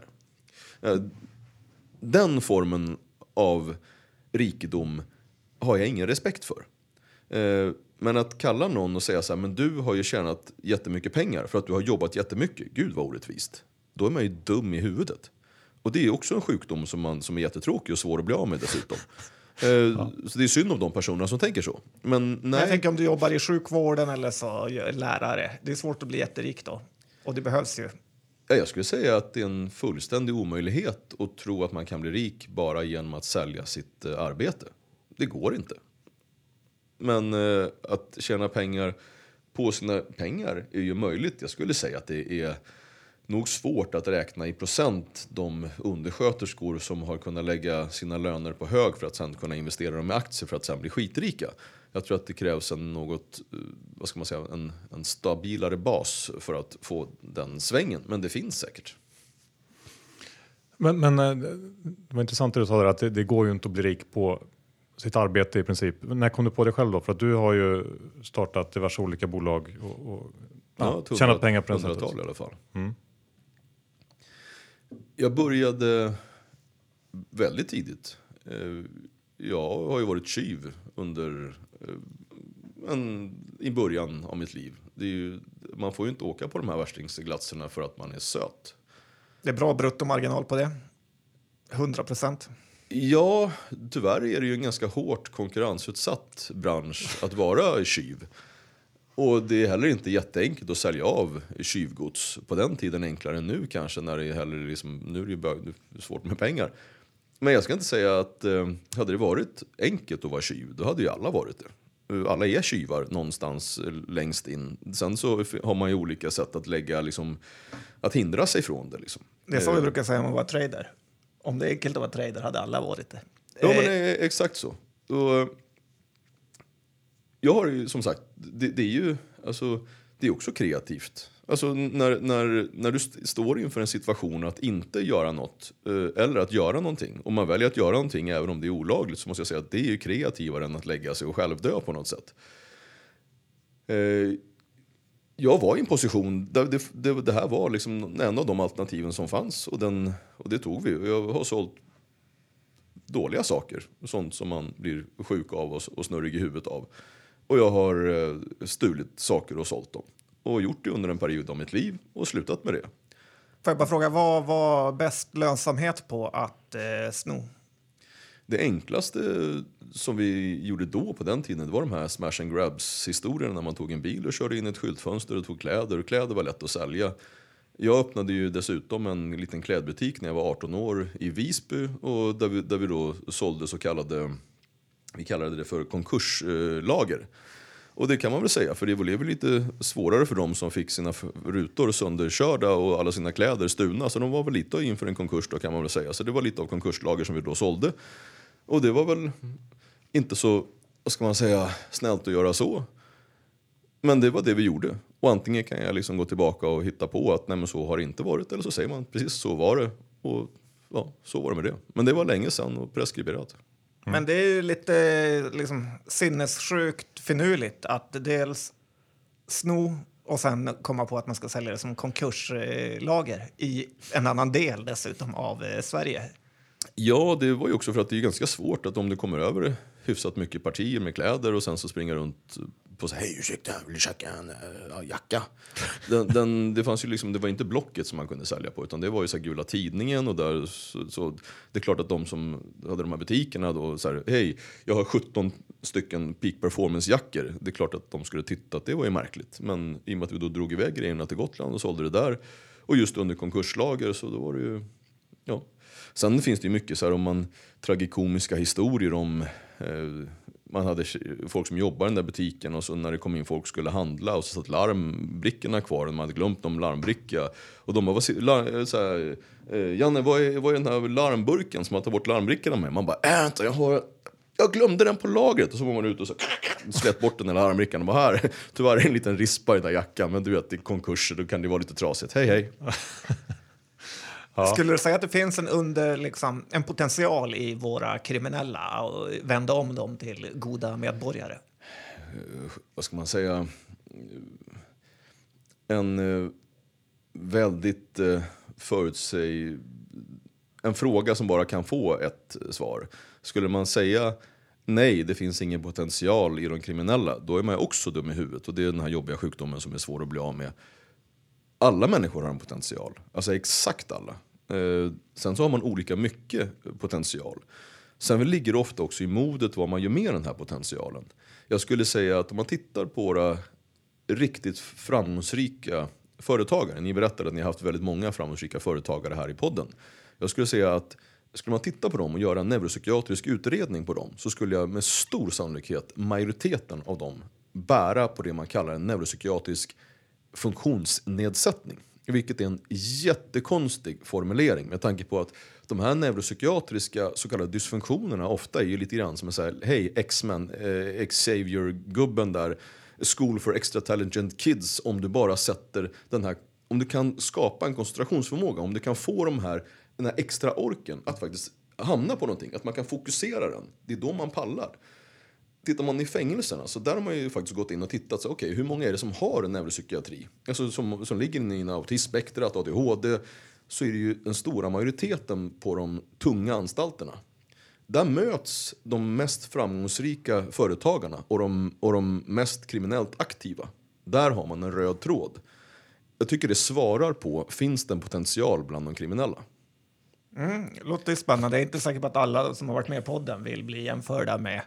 Den formen av rikedom har jag ingen respekt för. Men att kalla någon och säga så här, men du har ju tjänat jättemycket pengar för att du har jobbat jättemycket. Gud vad orättvist. Då är man ju dum i huvudet. Och det är också en sjukdom som är jättetråkig och svår att bli av med dessutom. Så det är synd om de personerna som tänker så. Men nej. Jag tänker om du jobbar i sjukvården eller så lärare. Det är svårt att bli jätterik då. Och det behövs ju. Jag skulle säga att det är en fullständig omöjlighet att tro att man kan bli rik bara genom att sälja sitt arbete. Det går inte. Men att tjäna pengar på sina pengar är ju möjligt. Jag skulle säga att det är nog svårt att räkna i procent de undersköterskor som har kunnat lägga sina löner på hög för att sen kunna investera dem i aktier för att sen bli skitrika. Jag tror att det krävs en stabilare bas för att få den svängen. Men det finns säkert. Men det var intressant det du sa där, att det går ju inte att bli rik på sitt arbete i princip. När kom du på det själv då? För att du har ju startat diverse olika bolag och tjänat pengar på det sättet. 100-tal i alla fall. Mm. Jag började väldigt tidigt. Jag har ju varit tjuv i början av mitt liv. Man får ju inte åka på de här värstingsseglatserna för att man är söt. Det är bra bruttomarginal på det. 100%. Ja, tyvärr är det ju en ganska hårt konkurrensutsatt bransch att vara tjuv. Och det är heller inte jätteenkelt att sälja av tjuvgods. På den tiden enklare än nu kanske, när det är nu är det ju svårt med pengar. Men jag ska inte säga att hade det varit enkelt att vara tjuv, då hade ju alla varit det. Alla är tjuvar någonstans längst in. Sen så har man ju olika sätt att lägga att hindra sig från det liksom. Det är så vi brukar säga om man var trader. Om det är enkelt att vara trader hade alla varit det. Ja, men det är exakt så. Och jag har ju som sagt, det är ju det är också kreativt. Alltså när du står inför en situation att inte göra något eller att göra någonting. Om man väljer att göra någonting även om det är olagligt, så måste jag säga att det är ju kreativare än att lägga sig och självdö på något sätt. Jag var i en position där det här var en av de alternativen som fanns, och det tog vi. Jag har sålt dåliga saker, sånt som man blir sjuk av och snurrig i huvudet av. Och jag har stulit saker och sålt dem. Och gjort det under en period av mitt liv och slutat med det. Får jag bara fråga, vad var bäst lönsamhet på att sno? Det enklaste som vi gjorde då på den tiden, det var de här smash and grabs historierna när man tog en bil och körde in ett skyltfönster och tog kläder. Och kläder var lätt att sälja. Jag öppnade ju dessutom en liten klädbutik när jag var 18 år i Visby, och där vi då sålde så kallade, vi kallade det för konkurslager. Och det kan man väl säga, för det var väl lite svårare för dem som fick sina rutor sönderkörda och alla sina kläder stulna. Så de var väl lite inför en konkurs då, kan man väl säga. Så det var lite av konkurslager som vi då sålde. Och det var väl inte så, vad ska man säga, snällt att göra så. Men det var det vi gjorde. Och antingen kan jag gå tillbaka och hitta på att nej, men så har det inte varit. Eller så säger man precis så var det. Och ja, så var det med det. Men det var länge sedan och preskriberat. Men det är ju lite sinnessjukt finurligt att dels sno och sen komma på att man ska sälja det som konkurslager i en annan del dessutom av Sverige. Ja, det var ju också för att det är ganska svårt att om du kommer över hyfsat mycket partier med kläder och sen så springer runt på så hej, ursäkta, vill du köpa en jacka? Det fanns ju det var inte Blocket som man kunde sälja på, utan det var ju så här Gula Tidningen, och där så det är klart att de som hade de här butikerna då så här, hej, jag har 17 stycken peak performance jackor. Det är klart att de skulle titta att det var ju märkligt, men i och med att vi då drog iväg grejerna till Gotland och sålde det där, och just under konkurslager, så då var det ju Sen finns det ju mycket så här om tragikomiska historier om man hade folk som jobbade i den där butiken och så när det kom in folk skulle handla och så satt larmbrickorna kvar och de hade glömt någon larmbricka. Och de bara, Janne, vad är den här larmburken som man tar bort larmbrickorna med? Man bara, jag glömde den på lagret. Och så var man ute och så släpp bort den där larmbrickan och bara, här, tyvärr är en liten rispa i den där jackan, men du vet, i konkurser då kan det vara lite trasigt. Hej. Ja. Skulle du säga att det finns en potential i våra kriminella och vända om dem till goda medborgare? Vad ska man säga? En väldigt en fråga som bara kan få ett svar. Skulle man säga nej, det finns ingen potential i de kriminella, då är man också dum i huvudet. Och det är den här jobbiga sjukdomen som är svår att bli av med. Alla människor har en potential, alltså exakt alla. Sen så har man olika mycket potential. Sen ligger det ofta också i modet vad man gör med den här potentialen. Jag skulle säga att om man tittar på våra riktigt framgångsrika företagare, ni berättade att ni har haft väldigt många framgångsrika företagare här i podden. Jag skulle säga att skulle man titta på dem och göra en neuropsykiatrisk utredning på dem, så skulle jag med stor sannolikhet majoriteten av dem bära på det man kallar en neuropsykiatrisk funktionsnedsättning. Vilket är en jättekonstig formulering med tanke på att de här neuropsykiatriska så kallade dysfunktionerna ofta är ju lite grann som en så här, hej X-Men, Xavier-gubben där, School for Extra Talented Kids, om du bara sätter den här, om du kan skapa en koncentrationsförmåga, om du kan få den här extra orken att faktiskt hamna på någonting, att man kan fokusera den, det är då man pallar. Tittar man i fängelserna, så där har man ju faktiskt gått in och tittat så okej, hur många är det som har en neuropsykiatri? Alltså som ligger i en autismspektrat, ADHD, så är det ju den stora majoriteten på de tunga anstalterna. Där möts de mest framgångsrika företagarna och de mest kriminellt aktiva. Där har man en röd tråd. Jag tycker det svarar på, finns det en potential bland de kriminella? Låter spännande. Jag är inte säker på att alla som har varit med i podden vill bli jämförda med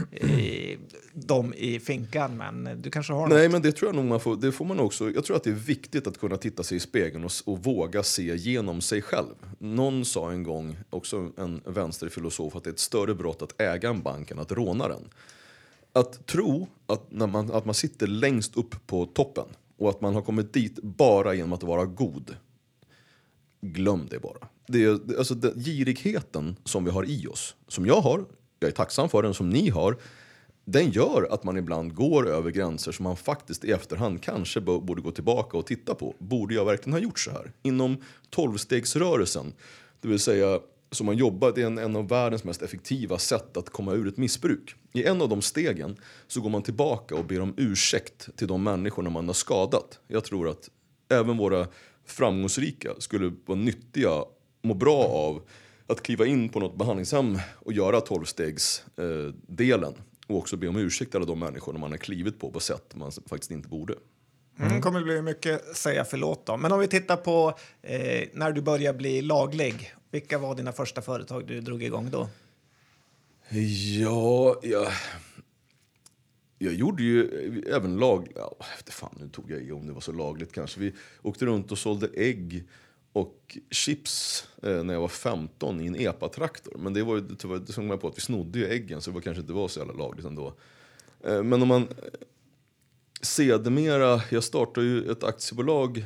de i finkan, men du kanske har något. Nej, men det tror jag nog det får man också. Jag tror att det är viktigt att kunna titta sig i spegeln och våga se genom sig själv. Någon sa en gång, också en vänsterfilosof, att det är ett större brott att äga en bank än att råna den. Att tro att man sitter längst upp på toppen och att man har kommit dit bara genom att vara god. Glöm det bara. Det är alltså den girigheten som vi har i oss, som jag är tacksam för den, som ni har, den gör att man ibland går över gränser som man faktiskt i efterhand kanske borde gå tillbaka och titta på. Borde jag verkligen ha gjort så här? Inom 12-stegsrörelsen, det vill säga som man jobbar, det är en av världens mest effektiva sätt att komma ur ett missbruk. I en av de stegen så går man tillbaka och ber om ursäkt till de människorna man har skadat. Jag tror att även våra framgångsrika skulle vara nyttiga, må bra av att kliva in på något behandlingshem och göra 12-stegsdelen och också be om ursäkt till alla de människorna man har klivit på sätt man faktiskt inte borde. Det kommer bli mycket säga förlåt då. Men om vi tittar på när du börjar bli laglig, vilka var dina första företag du drog igång då? Jag gjorde ju även nu tog jag i om det var så lagligt kanske. Vi åkte runt och sålde ägg och chips när jag var 15 i en EPA-traktor. Men det såg man på att vi snodde ju äggen, så det kanske inte var så jävla lagligt ändå. Men om man sedermera, jag startade ju ett aktiebolag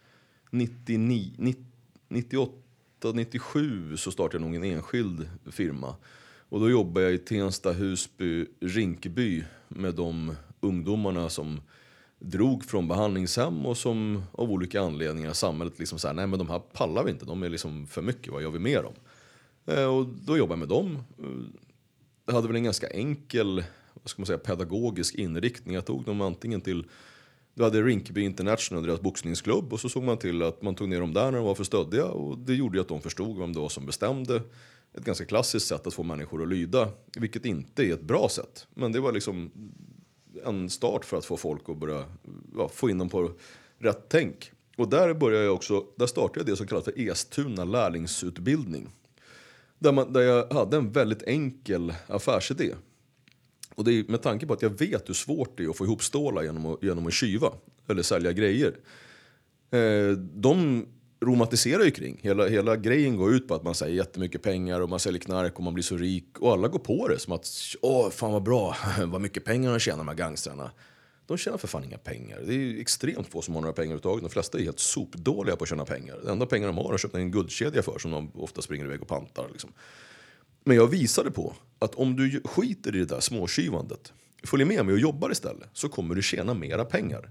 98-97 så startade jag nog en enskild firma. Och då jobbade jag i Tensta, Husby, Rinkeby med de ungdomarna som drog från behandlingshem och som av olika anledningar samhället liksom så här, nej men de här pallar vi inte, de är liksom för mycket, vad gör vi med dem? Och då jobbade jag med dem. Jag hade väl en ganska enkel, vad ska man säga, pedagogisk inriktning. Jag tog dem antingen till, du hade Rinkeby International, deras boxningsklubb, och så såg man till att man tog ner dem där när de var för stöddiga, och det gjorde att de förstod vem det var som bestämde. Ett ganska klassiskt sätt att få människor att lyda, vilket inte är ett bra sätt, men det var liksom en start för att få folk att börja få in dem på rätt tänk. Och där startade jag det som kallas för Estuna lärlingsutbildning. Där jag hade en väldigt enkel affärsidé. Och det är med tanke på att jag vet hur svårt det är att få ihop stålar genom att kyva eller sälja grejer. De romantiserar ju kring. Hela grejen går ut på att man säger jättemycket pengar och man säljer knark och man blir så rik. Och alla går på det som att, fan vad bra, vad mycket pengar de tjänar med gangstrarna. De tjänar för fan inga pengar. Det är ju extremt få som har några pengar överhuvudtaget. De flesta är helt sopdåliga på att tjäna pengar. Det enda pengar de har köpt en guldkedja för som de ofta springer iväg och pantar. Liksom. Men jag visade på att om du skiter i det där småtjuvandet, följer med mig och jobbar istället, så kommer du tjäna mera pengar.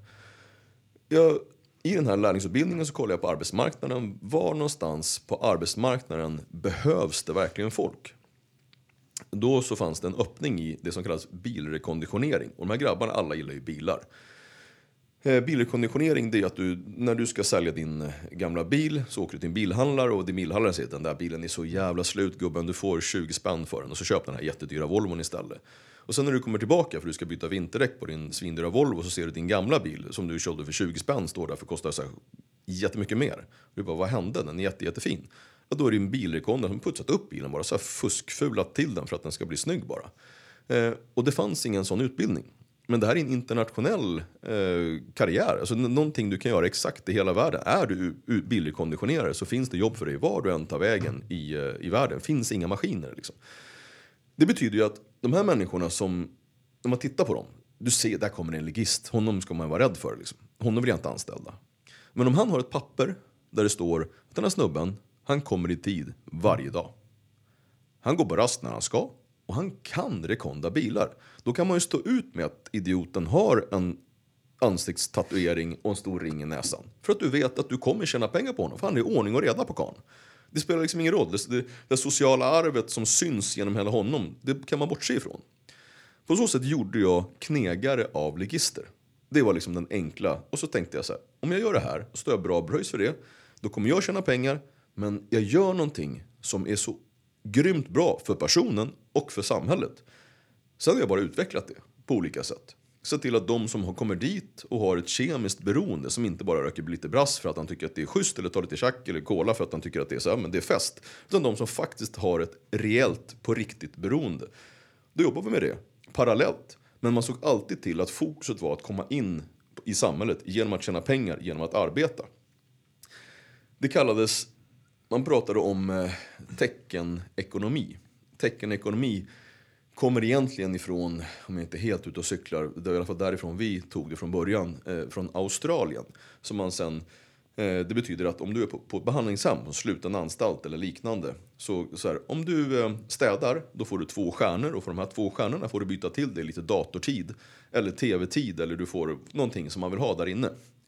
I den här lärlingsutbildningen så kollar jag på arbetsmarknaden. Var någonstans på arbetsmarknaden behövs det verkligen folk? Då så fanns det en öppning i det som kallas bilrekonditionering. Och de här grabbarna, alla gillar ju bilar. Bilrekonditionering, det är att när du ska sälja din gamla bil så åker du till en bilhandlare och din bilhandlare säger att den där bilen är så jävla slut gubben, du får 20 spänn för den och så köper den här jättedyra Volvon istället. Och sen när du kommer tillbaka för du ska byta vinterdäck på din svindyra Volvo så ser du din gamla bil som du köpte för 20 spänn står där för kostar så här jättemycket mer. Och du bara, vad hände? Den är jättefin. Och då är det en bilrekonder som putsat upp bilen bara så här fuskfulat till den för att den ska bli snygg bara. Och det fanns ingen sån utbildning. Men det här är en internationell karriär. Alltså någonting du kan göra exakt i hela världen. Är du bilrekonditionerare så finns det jobb för dig var du än tar vägen i världen. Finns inga maskiner liksom. Det betyder ju att de här människorna som, när man tittar på dem, du ser, där kommer en legist. Honom ska man vara rädd för liksom. Honom vill jag inte anställa. Men om han har ett papper där det står att den här snubben, han kommer i tid varje dag. Han går på rast när han ska. Och han kan rekonda bilar. Då kan man ju stå ut med att idioten har en ansiktstatuering och en stor ring i näsan. För att du vet att du kommer tjäna pengar på honom. För han är ordning och reda på karln. Det spelar liksom ingen roll. Det sociala arvet som syns genom hela honom, det kan man bortse ifrån. På så sätt gjorde jag knegare av legister. Det var liksom den enkla. Och så tänkte jag så här, om jag gör det här och står jag bra bröjs för det, då kommer jag tjäna pengar. Men jag gör någonting som är så grymt bra för personen och för samhället. Sen har jag bara utvecklat det på olika sätt. Se till att de som kommer dit och har ett kemiskt beroende som inte bara röker lite brass för att han tycker att det är schysst eller tar lite tjack eller cola för att han tycker att det är så här, men det är fest. Utan de som faktiskt har ett reellt på riktigt beroende. Då jobbar vi med det parallellt. Men man såg alltid till att fokuset var att komma in i samhället genom att tjäna pengar, genom att arbeta. Det kallades, man pratade om teckenekonomi. Teckenekonomi kommer egentligen ifrån, om jag inte är helt ute och cyklar, det är i alla fall därifrån vi tog det från början, från Australien. Som man sen, det betyder att om du är på ett behandlingshem, på sluten anstalt eller liknande, så här, om du städar, då får du 2 stjärnor och för de här 2 stjärnorna får du byta till dig lite datortid eller tv-tid eller du får någonting som man vill ha där inne.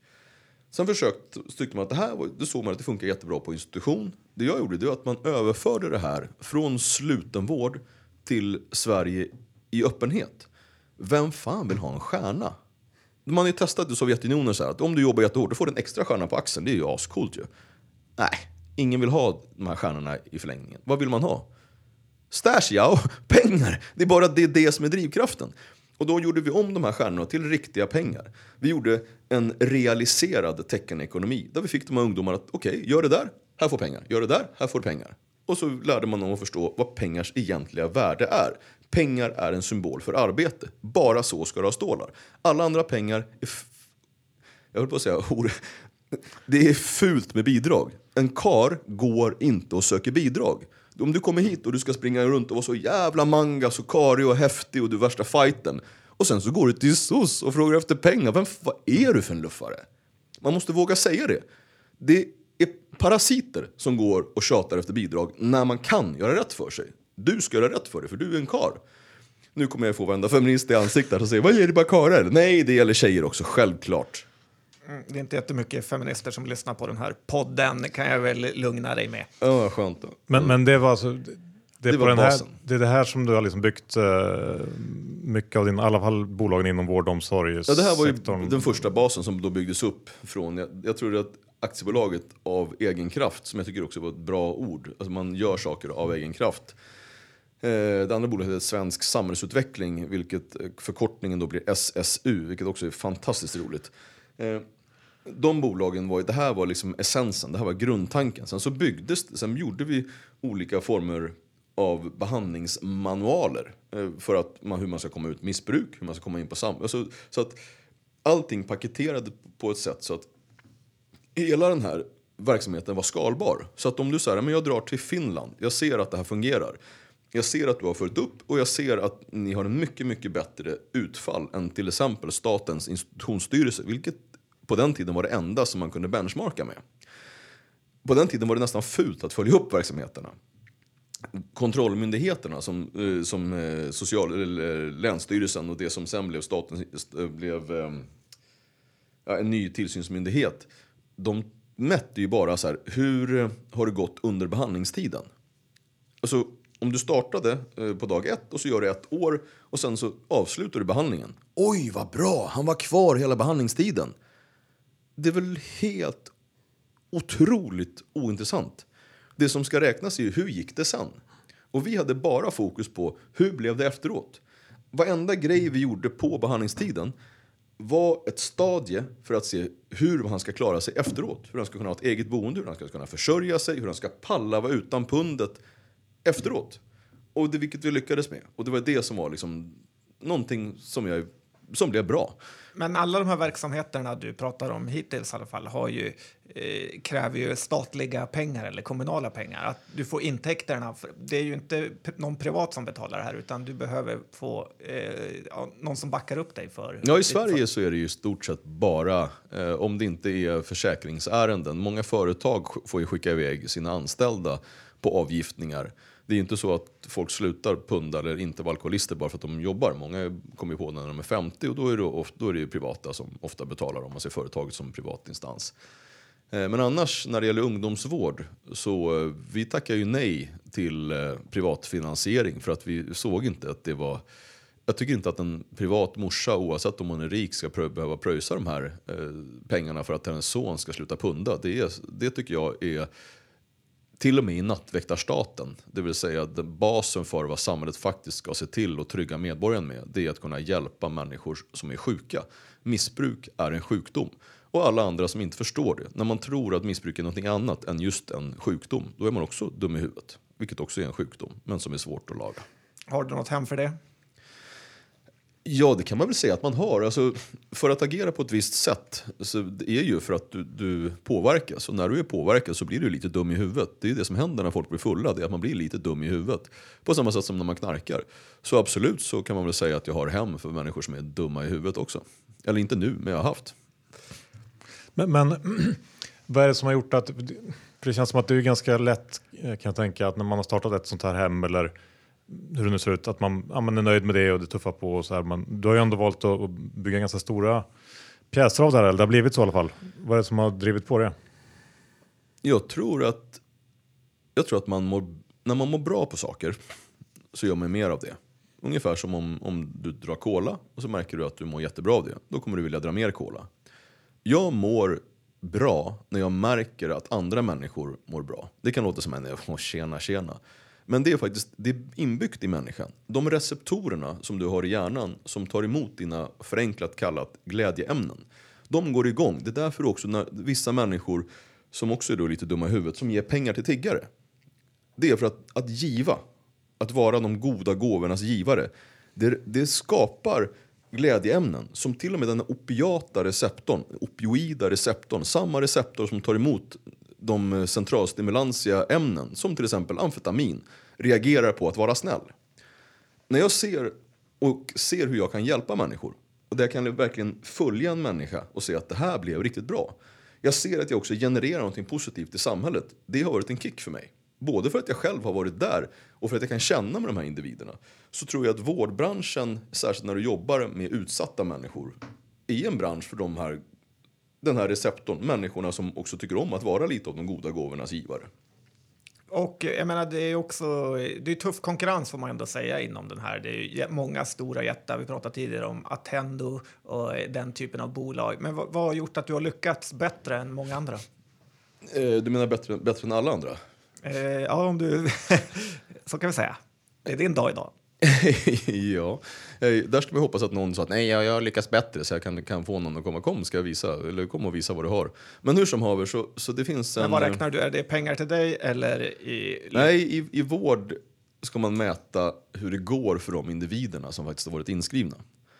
Sen tyckte man att det såg man att det funkar jättebra på institution. Det jag gjorde det var att man överförde det här från slutenvård till Sverige i öppenhet. Vem fan vill ha en stjärna? Man har ju testat i Sovjetunionen så här att om du jobbar jättehårt då får du en extra stjärna på axeln. Det är ju ascoolt ju. Nej, ingen vill ha de här stjärnorna i förlängningen. Vad vill man ha? Stash, ja, pengar. Det är bara det som är drivkraften. Och då gjorde vi om de här stjärnorna till riktiga pengar. Vi gjorde en realiserad teckenekonomi. Där vi fick de här ungdomarna att okej, gör det där, här får pengar. Gör det där, här får pengar. Och så lärde man dem att förstå vad pengars egentliga värde är. Pengar är en symbol för arbete. Bara så ska det ha stålar. Alla andra pengar är jag höll på att säga det är fult med bidrag. En kar går inte och söker bidrag. Om du kommer hit och du ska springa runt och vara så jävla manga, så karig och häftig och du värsta fighten. Och sen så går du till SOS och frågar efter pengar. Vad är du för en luffare? Man måste våga säga det. Det är parasiter som går och tjatar efter bidrag när man kan göra rätt för sig. Du ska göra rätt för dig för du är en kar. Nu kommer jag få varenda feminist i ansiktet och säga, vad är det bara karar? Nej, det gäller tjejer också, självklart. Det är inte jättemycket feminister som lyssnar på den här podden, kan jag väl lugna dig med. Ja, skönt då. Men det var alltså... Det var basen. Det är det här som du har liksom byggt mycket av din, i alla fall bolagen inom vård och omsorg. Ja, det här var ju den första basen som då byggdes upp från, jag tror att aktiebolaget av egen kraft, som jag tycker också var ett bra ord, alltså man gör saker av egen kraft. Det andra bolaget heter Svensk samhällsutveckling, vilket förkortningen då blir SSU, vilket också är fantastiskt roligt. De bolagen det här var liksom essensen, det här var grundtanken. Sen gjorde vi olika former av behandlingsmanualer för att hur man ska komma ut missbruk, hur man ska komma in på så att allting paketerade på ett sätt så att hela den här verksamheten var skalbar. Så att om du säger, men jag drar till Finland, jag ser att det här fungerar. Jag ser att du har följt upp och jag ser att ni har en mycket, mycket bättre utfall än till exempel Statens institutionsstyrelse, vilket på den tiden var det enda som man kunde benchmarka med. På den tiden var det nästan fult att följa upp verksamheterna. Kontrollmyndigheterna som Länsstyrelsen och det som sen blev en ny tillsynsmyndighet, de mätte ju bara så här, hur har det gått under behandlingstiden? Alltså, om du startade på dag 1 och så gör det 1 år och sen så avslutar du behandlingen. Oj, vad bra! Han var kvar hela behandlingstiden. Det är väl helt otroligt ointressant. Det som ska räknas är ju hur gick det sen? Och vi hade bara fokus på hur blev det efteråt. Varenda grej vi gjorde på behandlingstiden var ett stadie för att se hur han ska klara sig efteråt. Hur han ska kunna ha ett eget boende, hur han ska kunna försörja sig, hur han ska palla vara utan pundet efteråt. Och det vilket vi lyckades med. Och det var det som var liksom någonting som blev bra. Men alla de här verksamheterna du pratar om hittills i alla fall har ju, kräver ju statliga pengar eller kommunala pengar. Att du får intäkterna. Det är ju inte någon privat som betalar det här utan du behöver få någon som backar upp dig för. Ja, i Sverige så är det ju stort sett bara om det inte är försäkringsärenden. Många företag får ju skicka iväg sina anställda på avgiftningar. Det är inte så att folk slutar punda eller inte vara alkoholister bara för att de jobbar. Många kommer på när de är 50 och då är det ju privata som ofta betalar om man ser företaget som privat instans. Men annars när det gäller ungdomsvård så vi tackar ju nej till privatfinansiering för att vi såg inte att det var... Jag tycker inte att en privat morsa oavsett om hon är rik ska behöva pröjsa de här pengarna för att hennes son ska sluta punda. Det tycker jag är... Till och med i nattväktarstaten, det vill säga att basen för vad samhället faktiskt ska se till och trygga medborgaren med, det är att kunna hjälpa människor som är sjuka. Missbruk är en sjukdom. Och alla andra som inte förstår det. När man tror att missbruk är något annat än just en sjukdom, då är man också dum i huvudet. Vilket också är en sjukdom, men som är svårt att laga. Har du något hem för det? Ja, det kan man väl säga att man har. Alltså, för att agera på ett visst sätt så det är ju för att du påverkas. Och när du är påverkad så blir du lite dum i huvudet. Det är ju det som händer när folk blir fulla. Det är att man blir lite dum i huvudet. På samma sätt som när man knarkar. Så absolut så kan man väl säga att jag har hem för människor som är dumma i huvudet också. Eller inte nu, men jag har haft. Men vad är det som har gjort att... För det känns som att det är ganska lätt kan jag tänka att när man har startat ett sånt här hem eller... hur det nu ser ut, att man är nöjd med det och det tuffar på och så här. Du har ju ändå valt att bygga ganska stora pjäser av det här, eller det har blivit så i alla fall. Vad är det som har drivit på det? Jag tror att när man mår bra på saker så gör man mer av det. Ungefär som om du drar cola och så märker du att du mår jättebra av det. Då kommer du vilja dra mer cola. Jag mår bra när jag märker att andra människor mår bra. Det kan låta som en tjena. Men det är faktiskt det är inbyggt i människan. De receptorerna som du har i hjärnan som tar emot dina förenklat kallat glädjeämnen. De går igång. Det är därför också när vissa människor som också är då lite dumma i huvudet som ger pengar till tiggare. Det är för att giva. Att vara de goda gåvornas givare. Det skapar glädjeämnen som till och med den opioida receptorn. Samma receptor som tar emot de centralstimulantia ämnen som till exempel amfetamin reagerar på att vara snäll. När jag ser hur jag kan hjälpa människor och där kan jag verkligen följa en människa och se att det här blev riktigt bra. Jag ser att jag också genererar något positivt i samhället. Det har varit en kick för mig. Både för att jag själv har varit där och för att jag kan känna med de här individerna. Så tror jag att vårdbranschen, särskilt när du jobbar med utsatta människor, är en bransch för den här receptorn, människorna som också tycker om att vara lite av de goda gåvornas givare. Och jag menar, det är tuff konkurrens får man ändå säga inom den här. Det är många stora jättar, vi pratade tidigare om Attendo och den typen av bolag. Men vad har gjort att du har lyckats bättre än många andra? Du menar bättre än alla andra? Ja, om du... så kan vi säga. Det är din dag idag. Ja, där ska vi hoppas att någon sa att nej, jag lyckas bättre så jag kan få någon att komma och visa vad du har. Men hur som haver så det finns en... Men vad räknar du? Är det pengar till dig eller Nej, i vård ska man mäta hur det går för de individerna som faktiskt har varit inskrivna.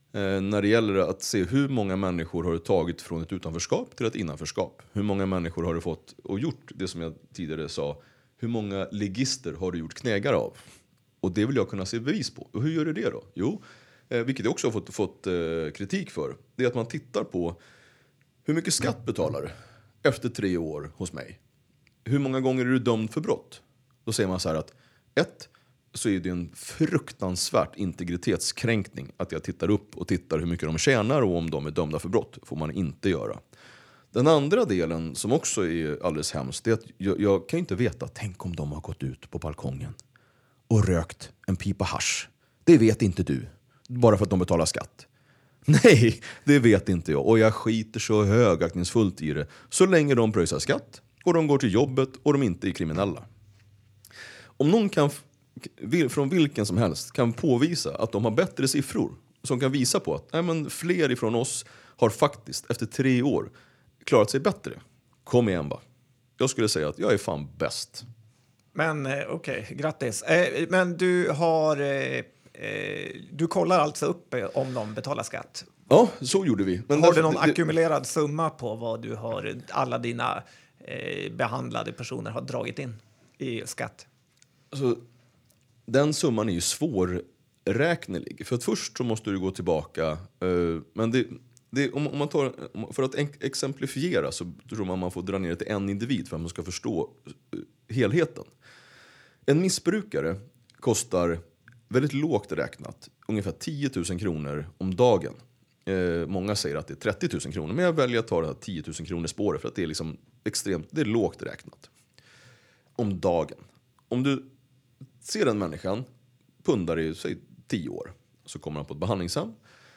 När det gäller att se hur många människor har du tagit från ett utanförskap till ett innanförskap. Hur många människor har du fått och gjort det som jag tidigare sa. Hur många ligister har du gjort knägar av? Och det vill jag kunna se bevis på. Och hur gör du det då? Jo, vilket jag också har fått kritik för. Det är att man tittar på hur mycket skatt betalar du efter 3 år hos mig. Hur många gånger är du dömd för brott? Då säger man så här att 1. Så är det en fruktansvärt integritetskränkning att jag tittar upp och tittar hur mycket de tjänar och om de är dömda för brott. Får man inte göra. Den andra delen som också är alldeles hemskt, det är att jag kan inte veta, tänk om de har gått ut på balkongen och rökt en pipa hasch. Det vet inte du, bara för att de betalar skatt. Nej, det vet inte jag. Och jag skiter så högaktningsfullt i det. Så länge de pröjsar skatt och de går till jobbet och de inte är kriminella. Om någon kan, från vilken som helst, kan påvisa att de har bättre siffror som kan visa på att fler ifrån oss har faktiskt efter 3 år klarat sig bättre. Kom igen bara. Jag skulle säga att jag är fan bäst. Men okej, grattis. Men du har... du kollar alltså upp om de betalar skatt? Ja, så gjorde vi. Men har du någon ackumulerad summa på vad du har, alla dina behandlade personer har dragit in i skatt? Alltså, den summan är ju svårräknelig. För att först så måste du gå tillbaka. Men om man tar, för att exemplifiera så tror man får dra ner det till en individ för att man ska förstå helheten. En missbrukare kostar väldigt lågt räknat ungefär 10 000 kronor om dagen. Många säger att det är 30 000 kronor, men jag väljer att ta det här 10 000 kronor spåret för att det är liksom extremt, det är lågt räknat. Om dagen. Om du ser den människan pundar i säg 10 år så kommer han på ett behandlingshem.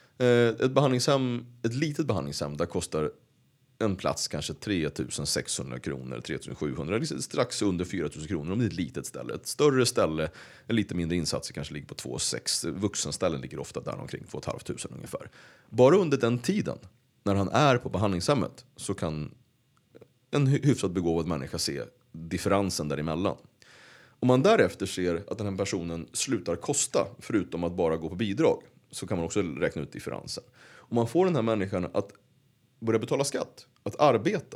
Ett litet behandlingshem där kostar en plats kanske 3 600 kronor, 3 700, strax under 4 000 kronor om det är ett litet ställe. Ett större ställe, en lite mindre insatser kanske ligger på 2 6. Vuxenställen ligger ofta där omkring 2 500 ungefär. Bara under den tiden när han är på behandlingshemmet så kan en hyfsat begåvad människa se differensen däremellan. Om man därefter ser att den här personen slutar kosta förutom att bara gå på bidrag så kan man också räkna ut differensen. Om man får den här människan att börja betala skatt, att arbeta,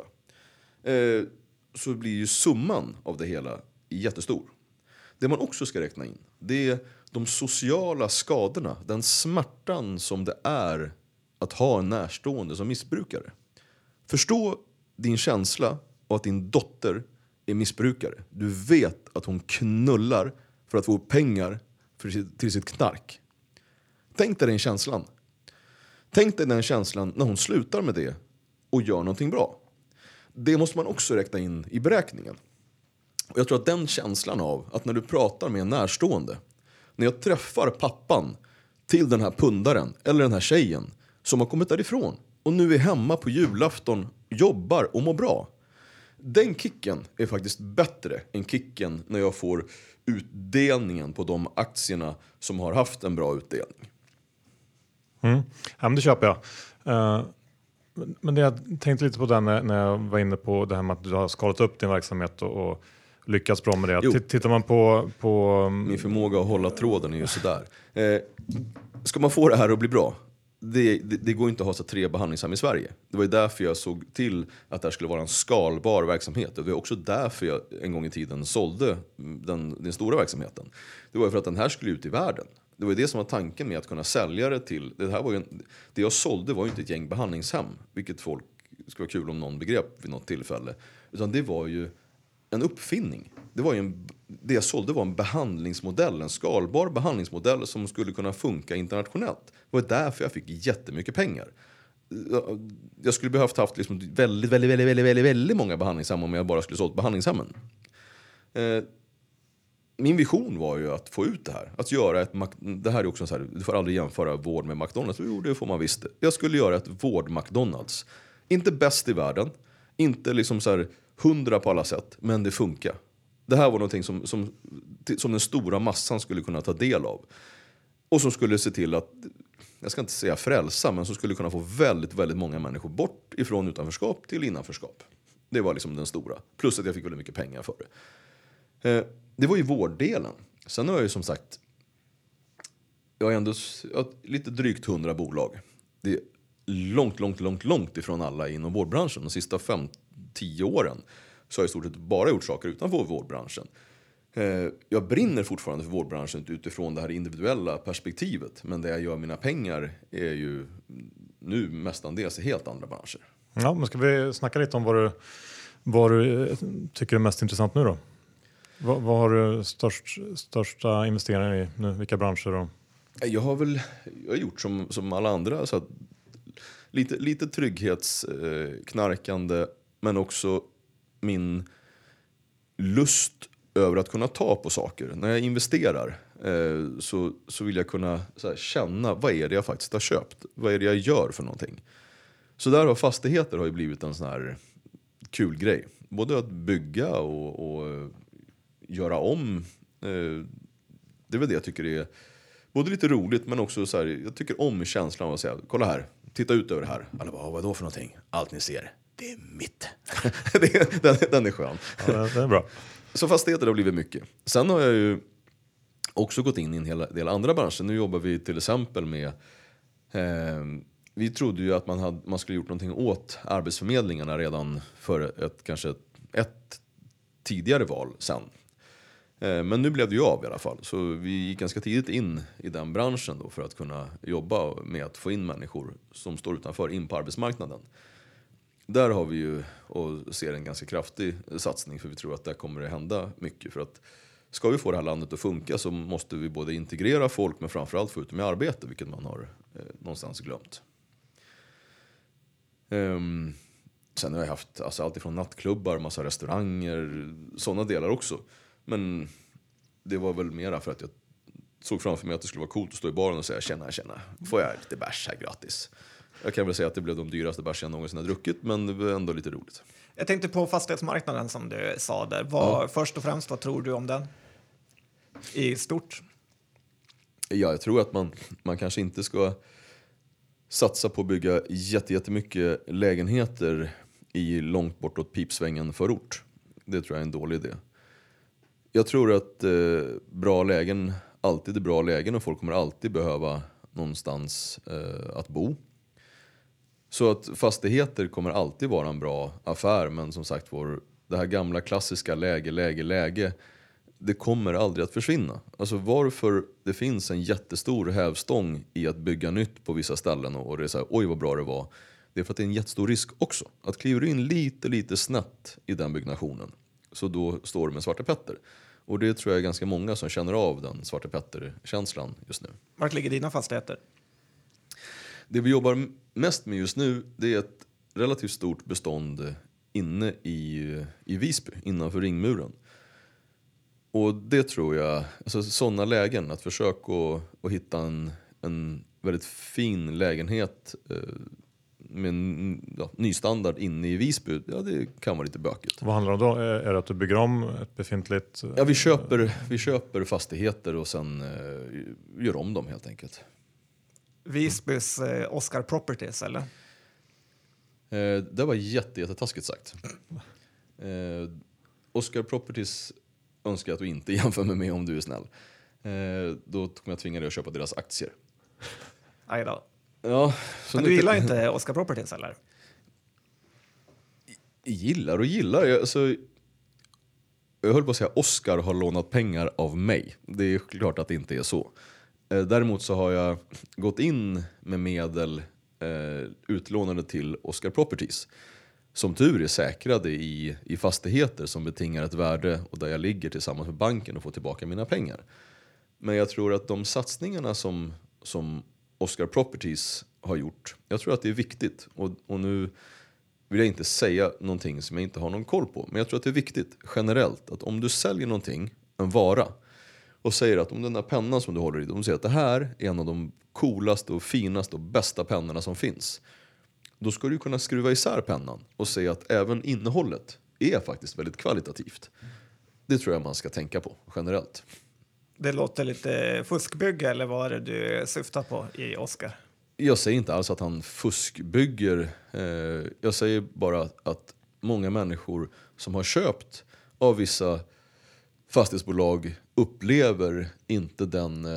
så blir ju summan av det hela jättestor. Det man också ska räkna in, det är de sociala skadorna, den smärtan som det är att ha en närstående som missbrukare. Förstå din känsla av att din dotter är missbrukare. Du vet att hon knullar för att få pengar till sitt knark. Tänk dig den känslan. Tänk dig den känslan när hon slutar med det och gör någonting bra. Det måste man också räkna in i beräkningen. Och jag tror att den känslan av att när du pratar med en närstående, när jag träffar pappan till den här pundaren eller den här tjejen som har kommit därifrån och nu är hemma på julafton, jobbar och mår bra. Den kicken är faktiskt bättre än kicken när jag får utdelningen på de aktierna som har haft en bra utdelning. Ja, men det köper jag. Men jag tänkte lite på det när jag var inne på det här med att du har skalat upp din verksamhet och lyckats bra med det. Tittar man på... Min förmåga att hålla tråden är ju sådär. Ska man få det här att bli bra? Det går inte att ha så 3 behandlingshem i Sverige. Det var ju därför jag såg till att det här skulle vara en skalbar verksamhet. Det var också därför jag en gång i tiden sålde den stora verksamheten. Det var ju för att den här skulle ut i världen. Det var ju det som var tanken med att kunna sälja det till... Det jag sålde var ju inte ett gäng behandlingshem, vilket folk skulle vara kul om någon begrepp vid något tillfälle. Utan det var ju en uppfinning. Det jag sålde var en behandlingsmodell, en skalbar behandlingsmodell som skulle kunna funka internationellt. Det var därför jag fick jättemycket pengar. Jag skulle behövt haft liksom väldigt många behandlingshem om jag bara skulle sålt behandlingshemmen. Min vision var ju att få ut det här. Att göra det här är också så här, du får aldrig jämföra vård med McDonalds. Jo, det får man visst. Jag skulle göra ett vård-McDonalds. Inte bäst i världen. Inte liksom så här 100 på alla sätt. Men det funkar. Det här var någonting som den stora massan skulle kunna ta del av. Och som skulle se till att, jag ska inte säga frälsa, men som skulle kunna få väldigt, väldigt många människor bort ifrån utanförskap till innanförskap. Det var liksom den stora. Plus att jag fick väldigt mycket pengar för det. Det var ju vårddelen. Sen har jag ju som sagt, jag har ändå lite drygt 100 bolag. Det är långt ifrån alla inom vårdbranschen. De sista 5-10 åren så har jag i stort sett bara gjort saker utanför vårdbranschen. Jag brinner fortfarande för vårdbranschen utifrån det här individuella perspektivet. Men det jag gör mina pengar är ju nu mestadels i helt andra branscher. Ja, men ska vi snacka lite om vad du tycker är mest intressant nu då? Vad har du största investeringar i nu? Vilka branscher då? Jag har gjort som alla andra. Så att lite trygghetsknarkande, men också min lust över att kunna ta på saker. När jag investerar så vill jag kunna känna vad är det jag faktiskt har köpt. Vad är det jag gör för någonting. Så där har fastigheter har ju blivit en sån här kul grej. Både att bygga och göra om. Det är väl det jag tycker är både lite roligt, men också så här, jag tycker om känslan av att säga, kolla här, titta ut över det här. Alla bara, vad är det för någonting? Allt ni ser, det är mitt. Den är skön. Ja, det är bra. Så fastigheter har blivit mycket. Sen har jag ju också gått in i en hel del andra branscher. Nu jobbar vi till exempel med vi trodde ju att man skulle gjort någonting åt arbetsförmedlingarna redan för kanske ett tidigare val sen. Men nu blev det ju av i alla fall. Så vi gick ganska tidigt in i den branschen då för att kunna jobba med att få in människor som står utanför in på arbetsmarknaden. Där har vi ju och ser en ganska kraftig satsning, för vi tror att där kommer det hända mycket. För att ska vi få det här landet att funka så måste vi både integrera folk men framförallt få ut dem i arbete, vilket man har någonstans glömt. Sen har jag haft allt ifrån nattklubbar, massa restauranger, sådana delar också. Men det var väl mera för att jag såg framför mig att det skulle vara coolt att stå i baren och säga tjena, får jag lite bärs här gratis? Jag kan väl säga att det blev de dyraste bärs jag någonsin har druckit, men det var ändå lite roligt. Jag tänkte på fastighetsmarknaden som du sa där. Först och främst, vad tror du om den? I stort? Ja, jag tror att man kanske inte ska satsa på att bygga jättemycket lägenheter i långt bortåt pipsvängen förort. Det tror jag är en dålig idé. Jag tror att bra lägen alltid är bra lägen och folk kommer alltid behöva någonstans att bo. Så att fastigheter kommer alltid vara en bra affär, men som sagt det här gamla klassiska läge, det kommer aldrig att försvinna. Alltså varför det finns en jättestor hävstång i att bygga nytt på vissa ställen och det är så här, oj vad bra det var. Det är för att det är en jättestor risk också. Att kliva in lite snett i den byggnationen, så då står det med Svarte Petter. Och det tror jag är ganska många som känner av den Svarte Petter-känslan just nu. Vart ligger dina fastigheter? Det vi jobbar mest med just nu, det är ett relativt stort bestånd inne i Visby, innanför ringmuren. Och det tror jag, alltså sådana lägen, att försöka att hitta en väldigt fin lägenhet med en ny standard inne i Visby, det kan vara lite bökigt. Vad handlar det om då? Är det att du bygger om ett befintligt? Ja, vi köper fastigheter och sen gör om dem helt enkelt. Visbys Oscar Properties, eller? Det var jättetaskigt sagt. Oscar Properties önskar jag att du inte jämför med mig om du är snäll. Då kommer jag tvinga dig att köpa deras aktier. Aj då. Ja, men du gillar inte Oscar Properties, eller? Gillar. Jag höll på att säga Oscar har lånat pengar av mig. Det är klart att det inte är så. Däremot så har jag gått in med medel utlånade till Oscar Properties. Som tur är säkrade i fastigheter som betingar ett värde och där jag ligger tillsammans med banken och får tillbaka mina pengar. Men jag tror att de satsningarna som Oscar Properties har gjort, jag tror att det är viktigt. Och nu vill jag inte säga någonting som jag inte har någon koll på. Men jag tror att det är viktigt generellt att om du säljer någonting, en vara, och säger att om den där pennan som du håller i, de säger att det här är en av de coolaste och finaste och bästa pennorna som finns. Då ska du kunna skruva isär pennan och säga att även innehållet är faktiskt väldigt kvalitativt. Det tror jag man ska tänka på generellt. Det låter lite fuskbygge, eller vad är det du syftar på i Oscar? Jag säger inte alls att han fuskbygger. Jag säger bara att många människor som har köpt av vissa fastighetsbolag upplever inte den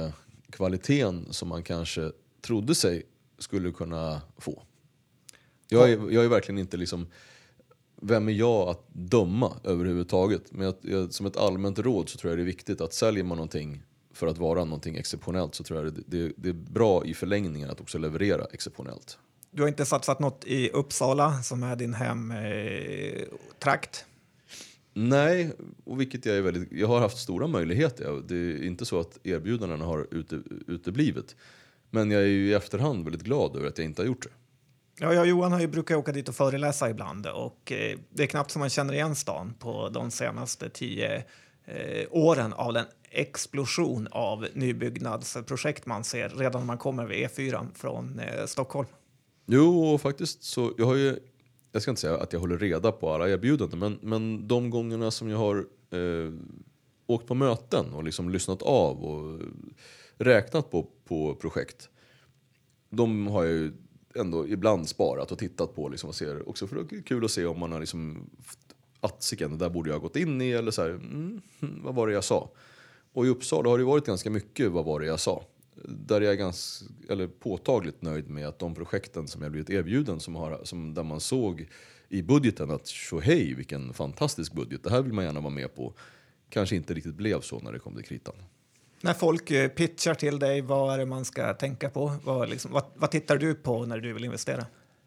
kvaliteten som man kanske trodde sig skulle kunna få. Jag är verkligen inte liksom, vem är jag att döma överhuvudtaget? Men som ett allmänt råd så tror jag det är viktigt att säljer man någonting för att vara någonting exceptionellt, så tror jag det är bra i förlängningen att också leverera exceptionellt. Du har inte satsat något i Uppsala som är din hemtrakt? Nej, och vilket jag har haft stora möjligheter. Det är inte så att erbjudandena har uteblivit. Men jag är ju i efterhand väldigt glad över att jag inte har gjort det. Ja, jag och Johan brukar åka dit och föreläsa ibland, och det är knappt som man känner igen stan på de senaste 10 åren av den explosion av nybyggnadsprojekt man ser redan när man kommer vid E4 från Stockholm. Jo, faktiskt så jag ska inte säga att jag håller reda på alla erbjudanden, men de gångerna som jag har åkt på möten och liksom lyssnat av och räknat på projekt, de har jag ju ändå ibland sparat och tittat på liksom, och ser också, för det är kul att se om man har liksom atsiken, där borde jag ha gått in i, eller så här, vad var det jag sa? Och i Uppsala har det varit ganska mycket vad var det jag sa. Där jag är påtagligt nöjd med att de projekten som jag blivit erbjuden där man såg i budgeten att hej, vilken fantastisk budget, det här vill man gärna vara med på, kanske inte riktigt blev så när det kom till kritan. När folk pitchar till dig, vad är det man ska tänka på? Vad tittar du på när du vill investera?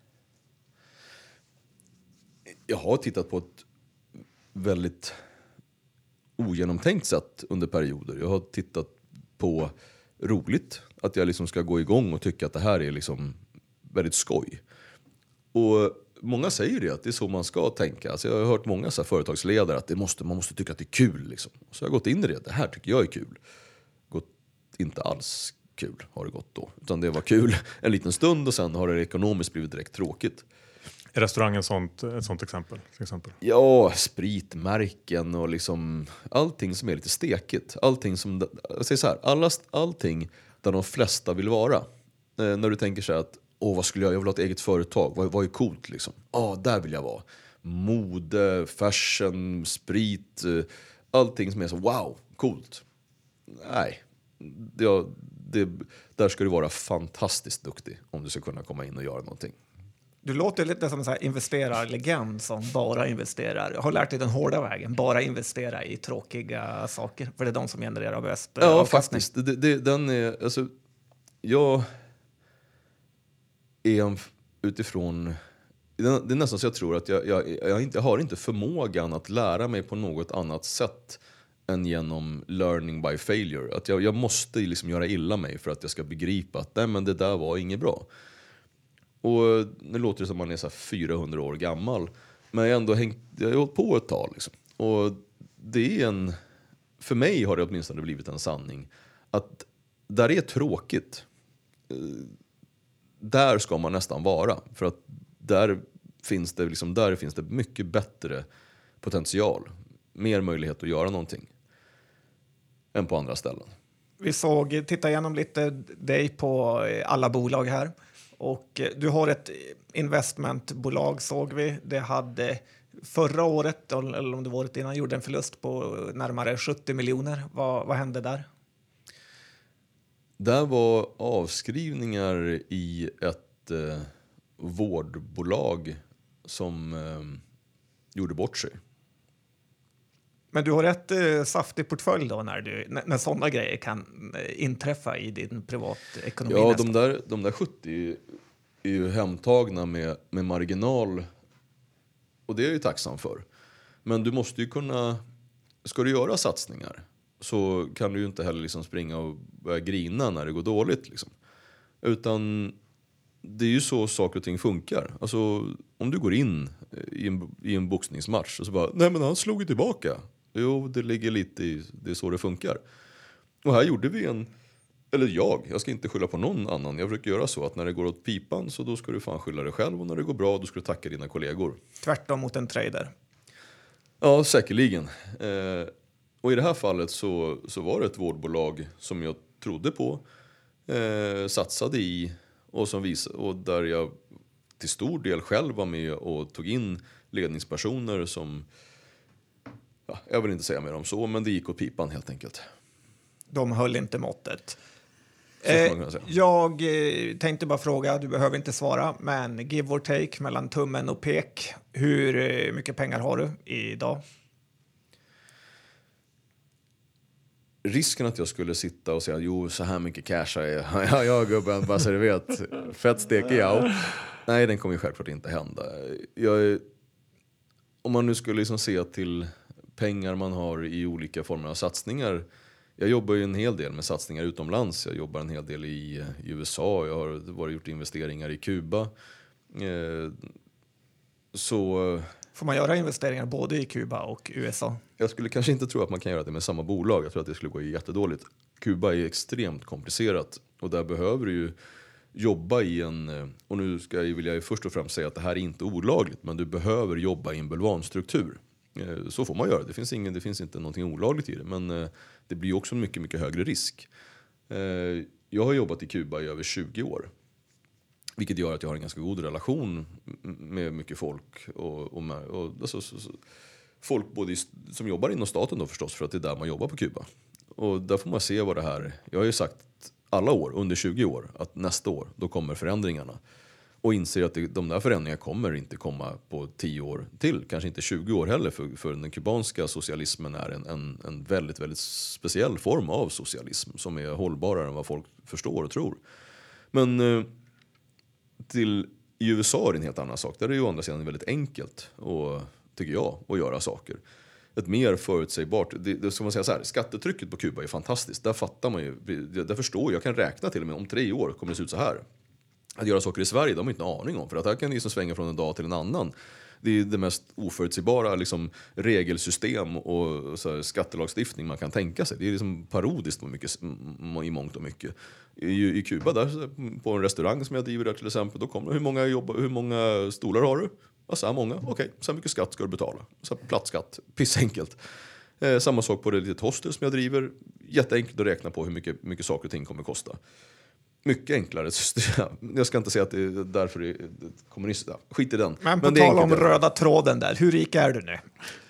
Jag har tittat på ett väldigt ogenomtänkt sätt under perioder. Jag har tittat på roligt, att jag liksom ska gå igång och tycka att det här är liksom väldigt skoj. Och många säger det, att det är så man ska tänka. Alltså jag har hört många så här företagsledare att man måste tycka att det är kul. Liksom. Så jag har gått in i det här tycker jag är kul. Gått inte alls kul har det gått då. Utan det var kul en liten stund och sen har det ekonomiskt blivit direkt tråkigt. Är restaurangen ett sånt exempel? Till exempel? Ja, spritmärken och liksom allting som är lite stekigt. Allting som, jag säger så här, allting där de flesta vill vara. När du tänker så här att, vad skulle jag vill ha ett eget företag, vad är coolt liksom? Där vill jag vara. Mode, fashion, sprit, allting som är så wow, coolt. Nej, där ska du vara fantastiskt duktig om du ska kunna komma in och göra någonting. Du låter lite som en sån här investerarlegend som bara investerar. Jag har lärt dig den hårda vägen. Bara investera i tråkiga saker. För det är de som genererar bäst avkastning. Faktiskt. Jag är utifrån... Det är nästan så jag tror att jag har inte förmågan att lära mig på något annat sätt än genom learning by failure. Att jag måste liksom göra illa mig för att jag ska begripa att nej, men det där var inget bra. Och nu låter det som man är så här 400 år gammal. Men jag har hållit på ett tag liksom. Och det är för mig har det åtminstone blivit en sanning att där är tråkigt, där ska man nästan vara. För att där finns det mycket bättre potential. Mer möjlighet att göra någonting än på andra ställen. Vi titta igenom lite dig på alla bolag här. Och du har ett investmentbolag såg vi. Det hade förra året, eller om det var året innan, gjorde en förlust på närmare 70 miljoner. Vad hände där? Där var avskrivningar i ett vårdbolag som gjorde bort sig. Men du har rätt saftig portfölj då när sådana grejer kan inträffa i din privatekonomi. Ja, de där 70 är ju hemtagna med marginal, och det är jag ju tacksam för. Men du måste ju ska du göra satsningar så kan du ju inte heller liksom springa och börja grina när det går dåligt liksom. Utan det är ju så saker och ting funkar. Alltså om du går in i en boxningsmatch och så bara, nej men han slog ju tillbaka. Jo, det ligger lite i, det är så det funkar. Och här gjorde vi jag ska inte skylla på någon annan. Jag försöker göra så att när det går åt pipan så då ska du fan skylla dig själv, och när det går bra då ska du tacka dina kollegor. Tvärtom mot en trader. Ja, säkerligen. Och i det här fallet så var det ett vårdbolag som jag trodde på, satsade i och där jag till stor del själv var med och tog in ledningspersoner som, jag vill inte säga mer om så, men det gick åt pipan helt enkelt. De höll inte måttet. Jag tänkte bara fråga, du behöver inte svara, men give or take mellan tummen och pek. Hur mycket pengar har du idag? Risken att jag skulle sitta och säga jo, så här mycket cash är jag. Ja, gubben, bara så du vet. Fett stek jag. Nej, den kommer ju självklart inte hända. Om man nu skulle liksom se till pengar man har i olika former av satsningar. Jag jobbar ju en hel del med satsningar utomlands. Jag jobbar en hel del i USA. Jag har gjort investeringar i Kuba. Så... Får man göra investeringar både i Kuba och USA? Jag skulle kanske inte tro att man kan göra det med samma bolag. Jag tror att det skulle gå jättedåligt. Kuba är extremt komplicerat. Och där behöver du ju jobba i en... Och nu vill jag först och främst säga att det här är inte olagligt. Men du behöver jobba i en bulvanstruktur. Så får man göra. Det finns inte någonting olagligt i det. Men det blir också mycket, mycket högre risk. Jag har jobbat i Kuba i över 20 år. Vilket gör att jag har en ganska god relation med mycket folk. Folk både som jobbar inom staten då förstås. För att det är där man jobbar på Kuba. Och där får man se vad det här... Jag har ju sagt alla år, under 20 år, att nästa år då kommer förändringarna. Och inser att de där förändringarna kommer inte komma på 10 år till. Kanske inte 20 år heller. För den kubanska socialismen är en väldigt, väldigt speciell form av socialism. Som är hållbarare än vad folk förstår och tror. Men i USA är det en helt annan sak. Där är det ju å andra sidan väldigt enkelt, tycker jag, att göra saker. Ett mer förutsägbart. Det ska man säga så här, skattetrycket på Kuba är fantastiskt. Där fattar man ju, där förstår jag kan räkna till och med om 3 år kommer det se ut så här. Att göra saker i Sverige, de har inte en aning om. För att här kan det liksom svänga från en dag till en annan. Det är det mest oförutsägbara liksom, regelsystem och så här, skattelagstiftning man kan tänka sig. Det är liksom parodiskt i mångt och mycket. I Kuba, där, på en restaurang som jag driver där till exempel, då kommer hur många stolar har du? Ja, så här många. Okej, så här mycket skatt ska du betala. Så här plattskatt, pissenkelt. Samma sak på det litet hostel som jag driver. Jätteenkelt att räkna på hur mycket saker och ting kommer kosta. Mycket enklare system. Jag ska inte säga att det är därför det är kommunister. Skit i den. Men på tal om röda tråden där. Hur rik är du nu?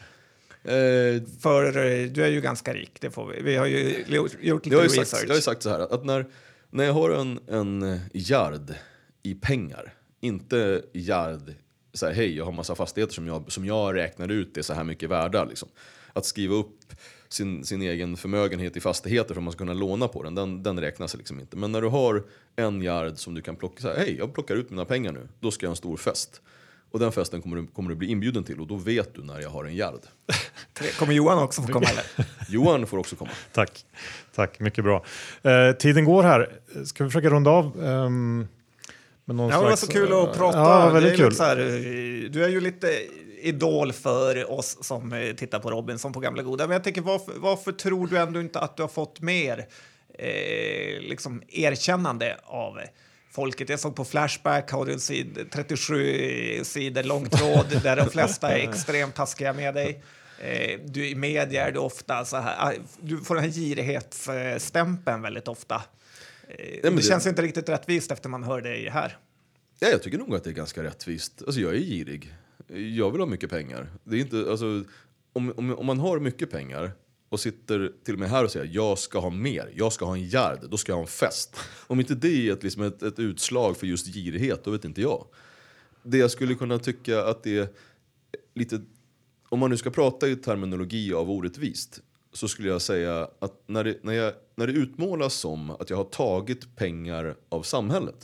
För du är ju ganska rik. Det får vi har ju gjort lite research. Jag har ju sagt så här. Att när jag har en yard i pengar. Inte yard så här, hej, jag har massa fastigheter som jag räknar ut är så här mycket värda. Liksom. Att skriva upp sin egen förmögenhet i fastigheter för att man ska kunna låna på den räknas liksom inte. Men när du har en yard som du kan plocka så här, hej, jag plockar ut mina pengar nu, då ska jag ha en stor fest. Och den festen kommer du bli inbjuden till och då vet du när jag har en yard. Kommer Johan också få komma eller? Johan får också komma. Tack, mycket bra. Tiden går här. Ska vi försöka runda av? Det var så kul att prata. Ja, väldigt kul. Så här, du är ju lite idol för oss som tittar på Robinson på gamla goda. Men jag tänker, varför tror du ändå inte att du har fått mer liksom erkännande av folket? Jag såg på Flashback, har du en 37 sidor lång tråd där de flesta är extremt taskiga med dig. Du i media är du ofta så här, du får den här girighetsstämpeln väldigt ofta. Det känns inte riktigt rättvist efter man hör dig här. Ja, jag tycker nog att det är ganska rättvist. Alltså jag är girig. Jag vill ha mycket pengar. Det är inte, alltså, om man har mycket pengar och sitter till och med här och säger jag ska ha mer, jag ska ha en yard, då ska jag ha en fest. Om inte det är ett utslag för just girighet, då vet inte jag. Det jag skulle kunna tycka att det är lite, om man nu ska prata i terminologi av orättvist, så skulle jag säga att när det utmålas som att jag har tagit pengar av samhället,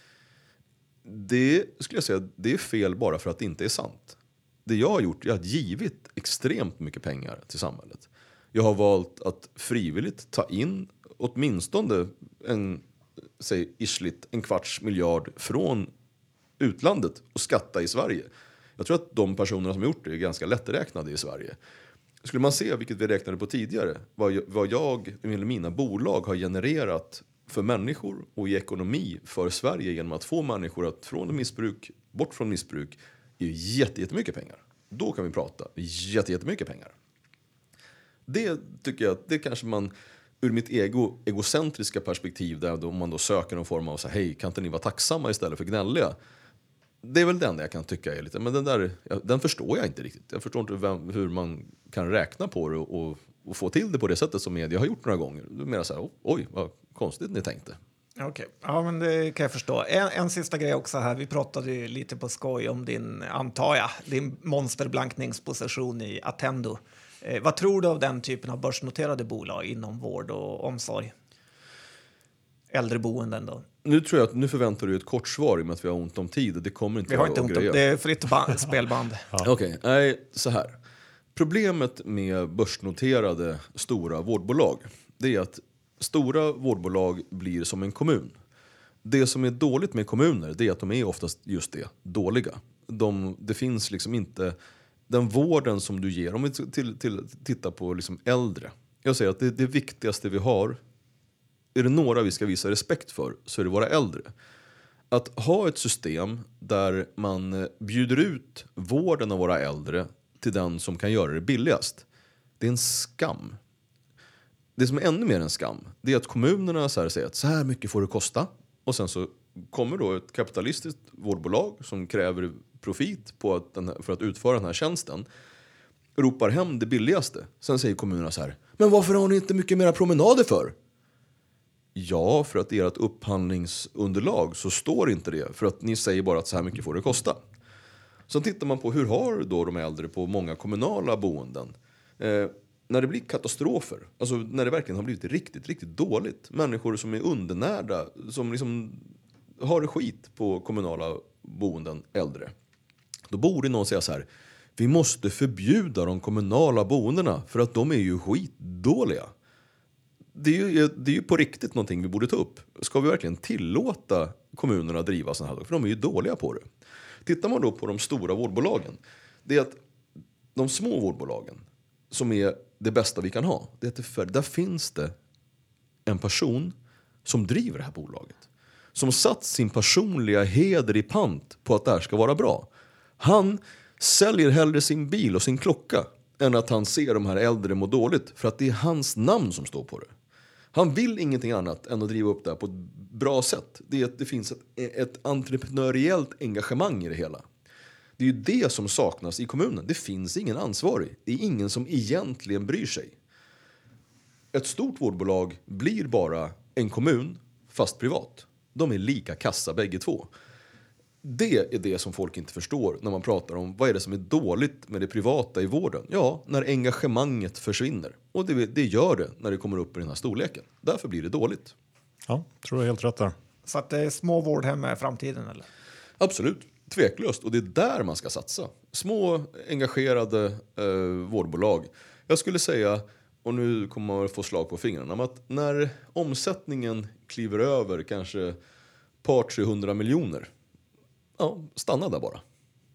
det skulle jag säga det är fel bara för att det inte är sant. Det jag har gjort är att givit extremt mycket pengar till samhället. Jag har valt att frivilligt ta in åtminstone en 250 miljoner från utlandet och skatta i Sverige. Jag tror att de personerna som har gjort det är ganska lätträknade i Sverige. Skulle man se, vilket vi räknade på tidigare, vad jag eller mina bolag har genererat för människor och i ekonomi för Sverige genom att få människor att från missbruk, bort från missbruk, är jättemycket pengar. Då kan vi prata jättemycket pengar. Det tycker jag att det kanske man ur mitt egocentriska perspektiv, där om man då söker någon form av så här, hej, kan inte ni vara tacksamma istället för gnälliga? Det är väl den jag kan tycka är lite, men den förstår jag inte riktigt. Jag förstår inte hur man kan räkna på det och få till det på det sättet som media har gjort några gånger. Det är mer så här, oj, vad konstigt ni tänkte. Okej, ja, men det kan jag förstå. En sista grej också här. Vi pratade ju lite på skoj om din, antar jag, din monsterblankningsposition i Attendo. Vad tror du av den typen av börsnoterade bolag inom vård och omsorg? Äldreboenden då? Nu tror jag att nu förväntar du ett kort svar i och med att vi har ont om tid. Det kommer inte Vi har inte ont om, det är fritt spelband. Okej, nej, så här. Problemet med börsnoterade stora vårdbolag, det är att stora vårdbolag blir som en kommun. Det som är dåligt med kommuner, det är att de är oftast just det, dåliga. Det finns liksom inte den vården som du ger. Om vi tittar på liksom äldre. Jag säger att det viktigaste vi har, är det några vi ska visa respekt för, så är det våra äldre. Att ha ett system där man bjuder ut vården av våra äldre till den som kan göra det billigast, det är en skam. Det som är ännu mer en skam, det är att kommunerna säger att så här mycket får det kosta. Och sen så kommer då ett kapitalistiskt vårdbolag som kräver profit på för att utföra den här tjänsten, ropar hem det billigaste. Sen säger kommunerna så här: men varför har ni inte mycket mera promenader för? Ja, för att i ert upphandlingsunderlag så står inte det. För att ni säger bara att så här mycket får det kosta. Så tittar man på hur har då de äldre på många kommunala boenden. När det blir katastrofer, alltså när det verkligen har blivit riktigt, riktigt dåligt. Människor som är undernärda, som liksom har det skit på kommunala boenden, äldre. Då borde någon säga så här: vi måste förbjuda de kommunala boendena för att de är ju skitdåliga. Det är ju på riktigt någonting vi borde ta upp. Ska vi verkligen tillåta kommunerna driva sådana här? För de är ju dåliga på det. Tittar man då på de stora vårdbolagen, det är att de små vårdbolagen som är det bästa vi kan ha, det är att där finns det en person som driver det här bolaget. Som satt sin personliga heder i pant på att det här ska vara bra. Han säljer hellre sin bil och sin klocka än att han ser de här äldre må dåligt, för att det är hans namn som står på det. Han vill ingenting annat än att driva upp det här på ett bra sätt. Det är att det finns ett entreprenöriellt engagemang i det hela. Det är ju det som saknas i kommunen. Det finns ingen ansvarig. Det är ingen som egentligen bryr sig. Ett stort vårdbolag blir bara en kommun, fast privat. De är lika kassa bägge två. Det är det som folk inte förstår när man pratar om vad är det som är dåligt med det privata i vården. Ja, när engagemanget försvinner. Och det gör det när det kommer upp i den här storleken. Därför blir det dåligt. Ja, tror jag är helt rätt där. Så att det är små vårdhem är framtiden, eller? Absolut, tveklöst. Och det är där man ska satsa. Små, engagerade vårdbolag. Jag skulle säga, och nu kommer man få slag på fingrarna, att när omsättningen kliver över kanske 200-300 miljoner, ja, stanna där bara.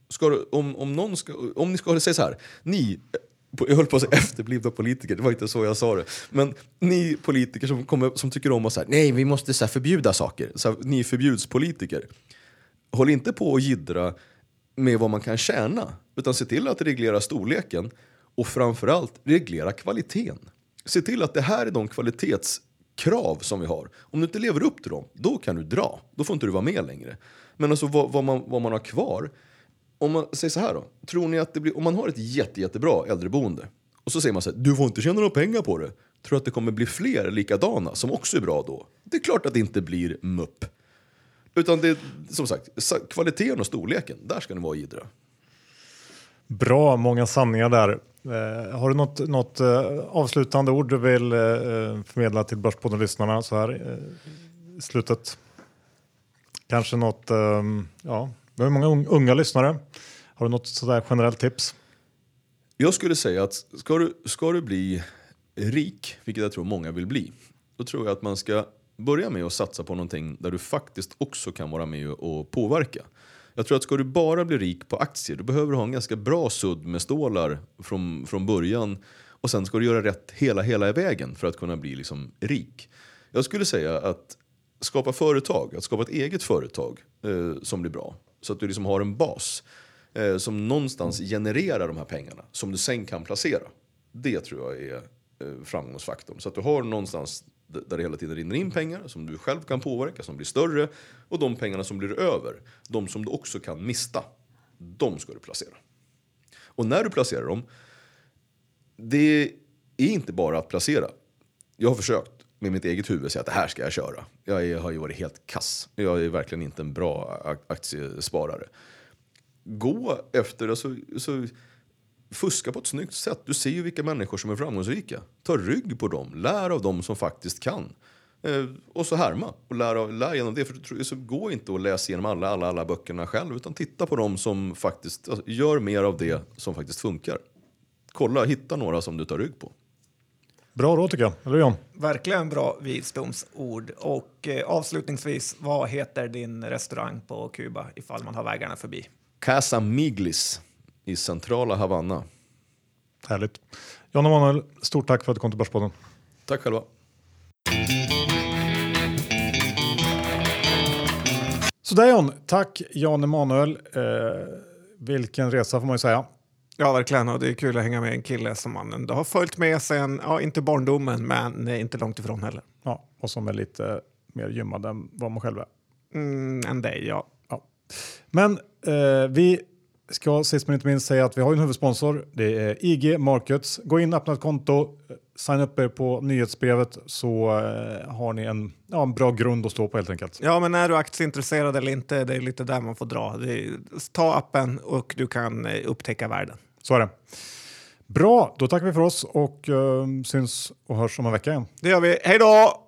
Om ni ska säga så här, jag höll på att säga efterblivna politiker, det var inte så jag sa det. Men ni politiker som tycker om att säga, nej, vi måste så här förbjuda saker. Så här, ni förbjudspolitiker. Håll inte på att jiddra med vad man kan tjäna, utan se till att reglera storleken och framförallt reglera kvaliteten. Se till att det här är de kvalitetskrav som vi har. Om du inte lever upp till dem, då kan du dra. Då får inte du vara med längre. Men alltså vad man har kvar. Om man säger så här då. Tror ni att det blir, om man har ett jättebra äldreboende och så säger man så här, du får inte tjäna några pengar på det. Tror att det kommer bli fler likadana som också är bra då? Det är klart att det inte blir mupp. Utan det är som sagt, kvaliteten och storleken, där ska det vara idra. Bra, många sanningar där. Har du något avslutande ord du vill förmedla till Börspodden-lyssnarna så här i slutet? Kanske något, ja, vi har många unga lyssnare. Har du något sådär generellt tips? Jag skulle säga att ska du bli rik, vilket jag tror många vill bli, då tror jag att man ska börja med att satsa på någonting där du faktiskt också kan vara med och påverka. Jag tror att ska du bara bli rik på aktier, då behöver du ha en ganska bra sudd med stålar från början. Och sen ska du göra rätt hela vägen för att kunna bli liksom rik. Jag skulle säga att skapa ett eget företag som blir bra. Så att du liksom har en bas som någonstans genererar de här pengarna som du sen kan placera. Det tror jag är framgångsfaktorn. Så att du har någonstans där det hela tiden rinner in pengar som du själv kan påverka, som blir större. Och de pengarna som blir över, de som du också kan mista, de ska du placera. Och när du placerar dem, det är inte bara att placera. Jag har försökt. med mitt eget huvud säga att det här ska jag köra. Jag har ju varit helt kass. Jag är verkligen inte en bra aktiesparare. Gå efter, fuska på ett snyggt sätt. Du ser ju vilka människor som är framgångsrika. Ta rygg på dem. Lär av dem som faktiskt kan. Och så härma. Och lär genom det. För så gå inte och läs igenom alla böckerna själv. Utan titta på dem som faktiskt gör mer av det som faktiskt funkar. Kolla, hitta några som du tar rygg på. Bra råd tycker jag, eller John? Verkligen bra visdomsord. Och avslutningsvis, vad heter din restaurang på Kuba ifall man har vägarna förbi? Casa Miglis i centrala Havanna. Härligt. John Emanuel, stort tack för att du kom till Börspodden. Tack själva. Så där John, tack Jan Emanuel. Vilken resa får man ju säga. Ja, verkligen. Och det är kul att hänga med en kille som man ändå har följt med sen, ja, inte barndomen, men inte långt ifrån heller. Ja, och som är lite mer gymmad än vad man själv är. Än dig, ja. Men vi ska sist men inte minst säga att vi har en huvudsponsor. Det är IG Markets. Gå in, öppna ett konto, signa upp er på nyhetsbrevet så har ni en bra grund att stå på helt enkelt. Ja, men är du aktieintresserad eller inte, det är lite där man får dra. Ta appen och du kan upptäcka världen. Så är det. Bra, då tackar vi för oss och syns och hörs om en vecka igen. Det gör vi. Hej då!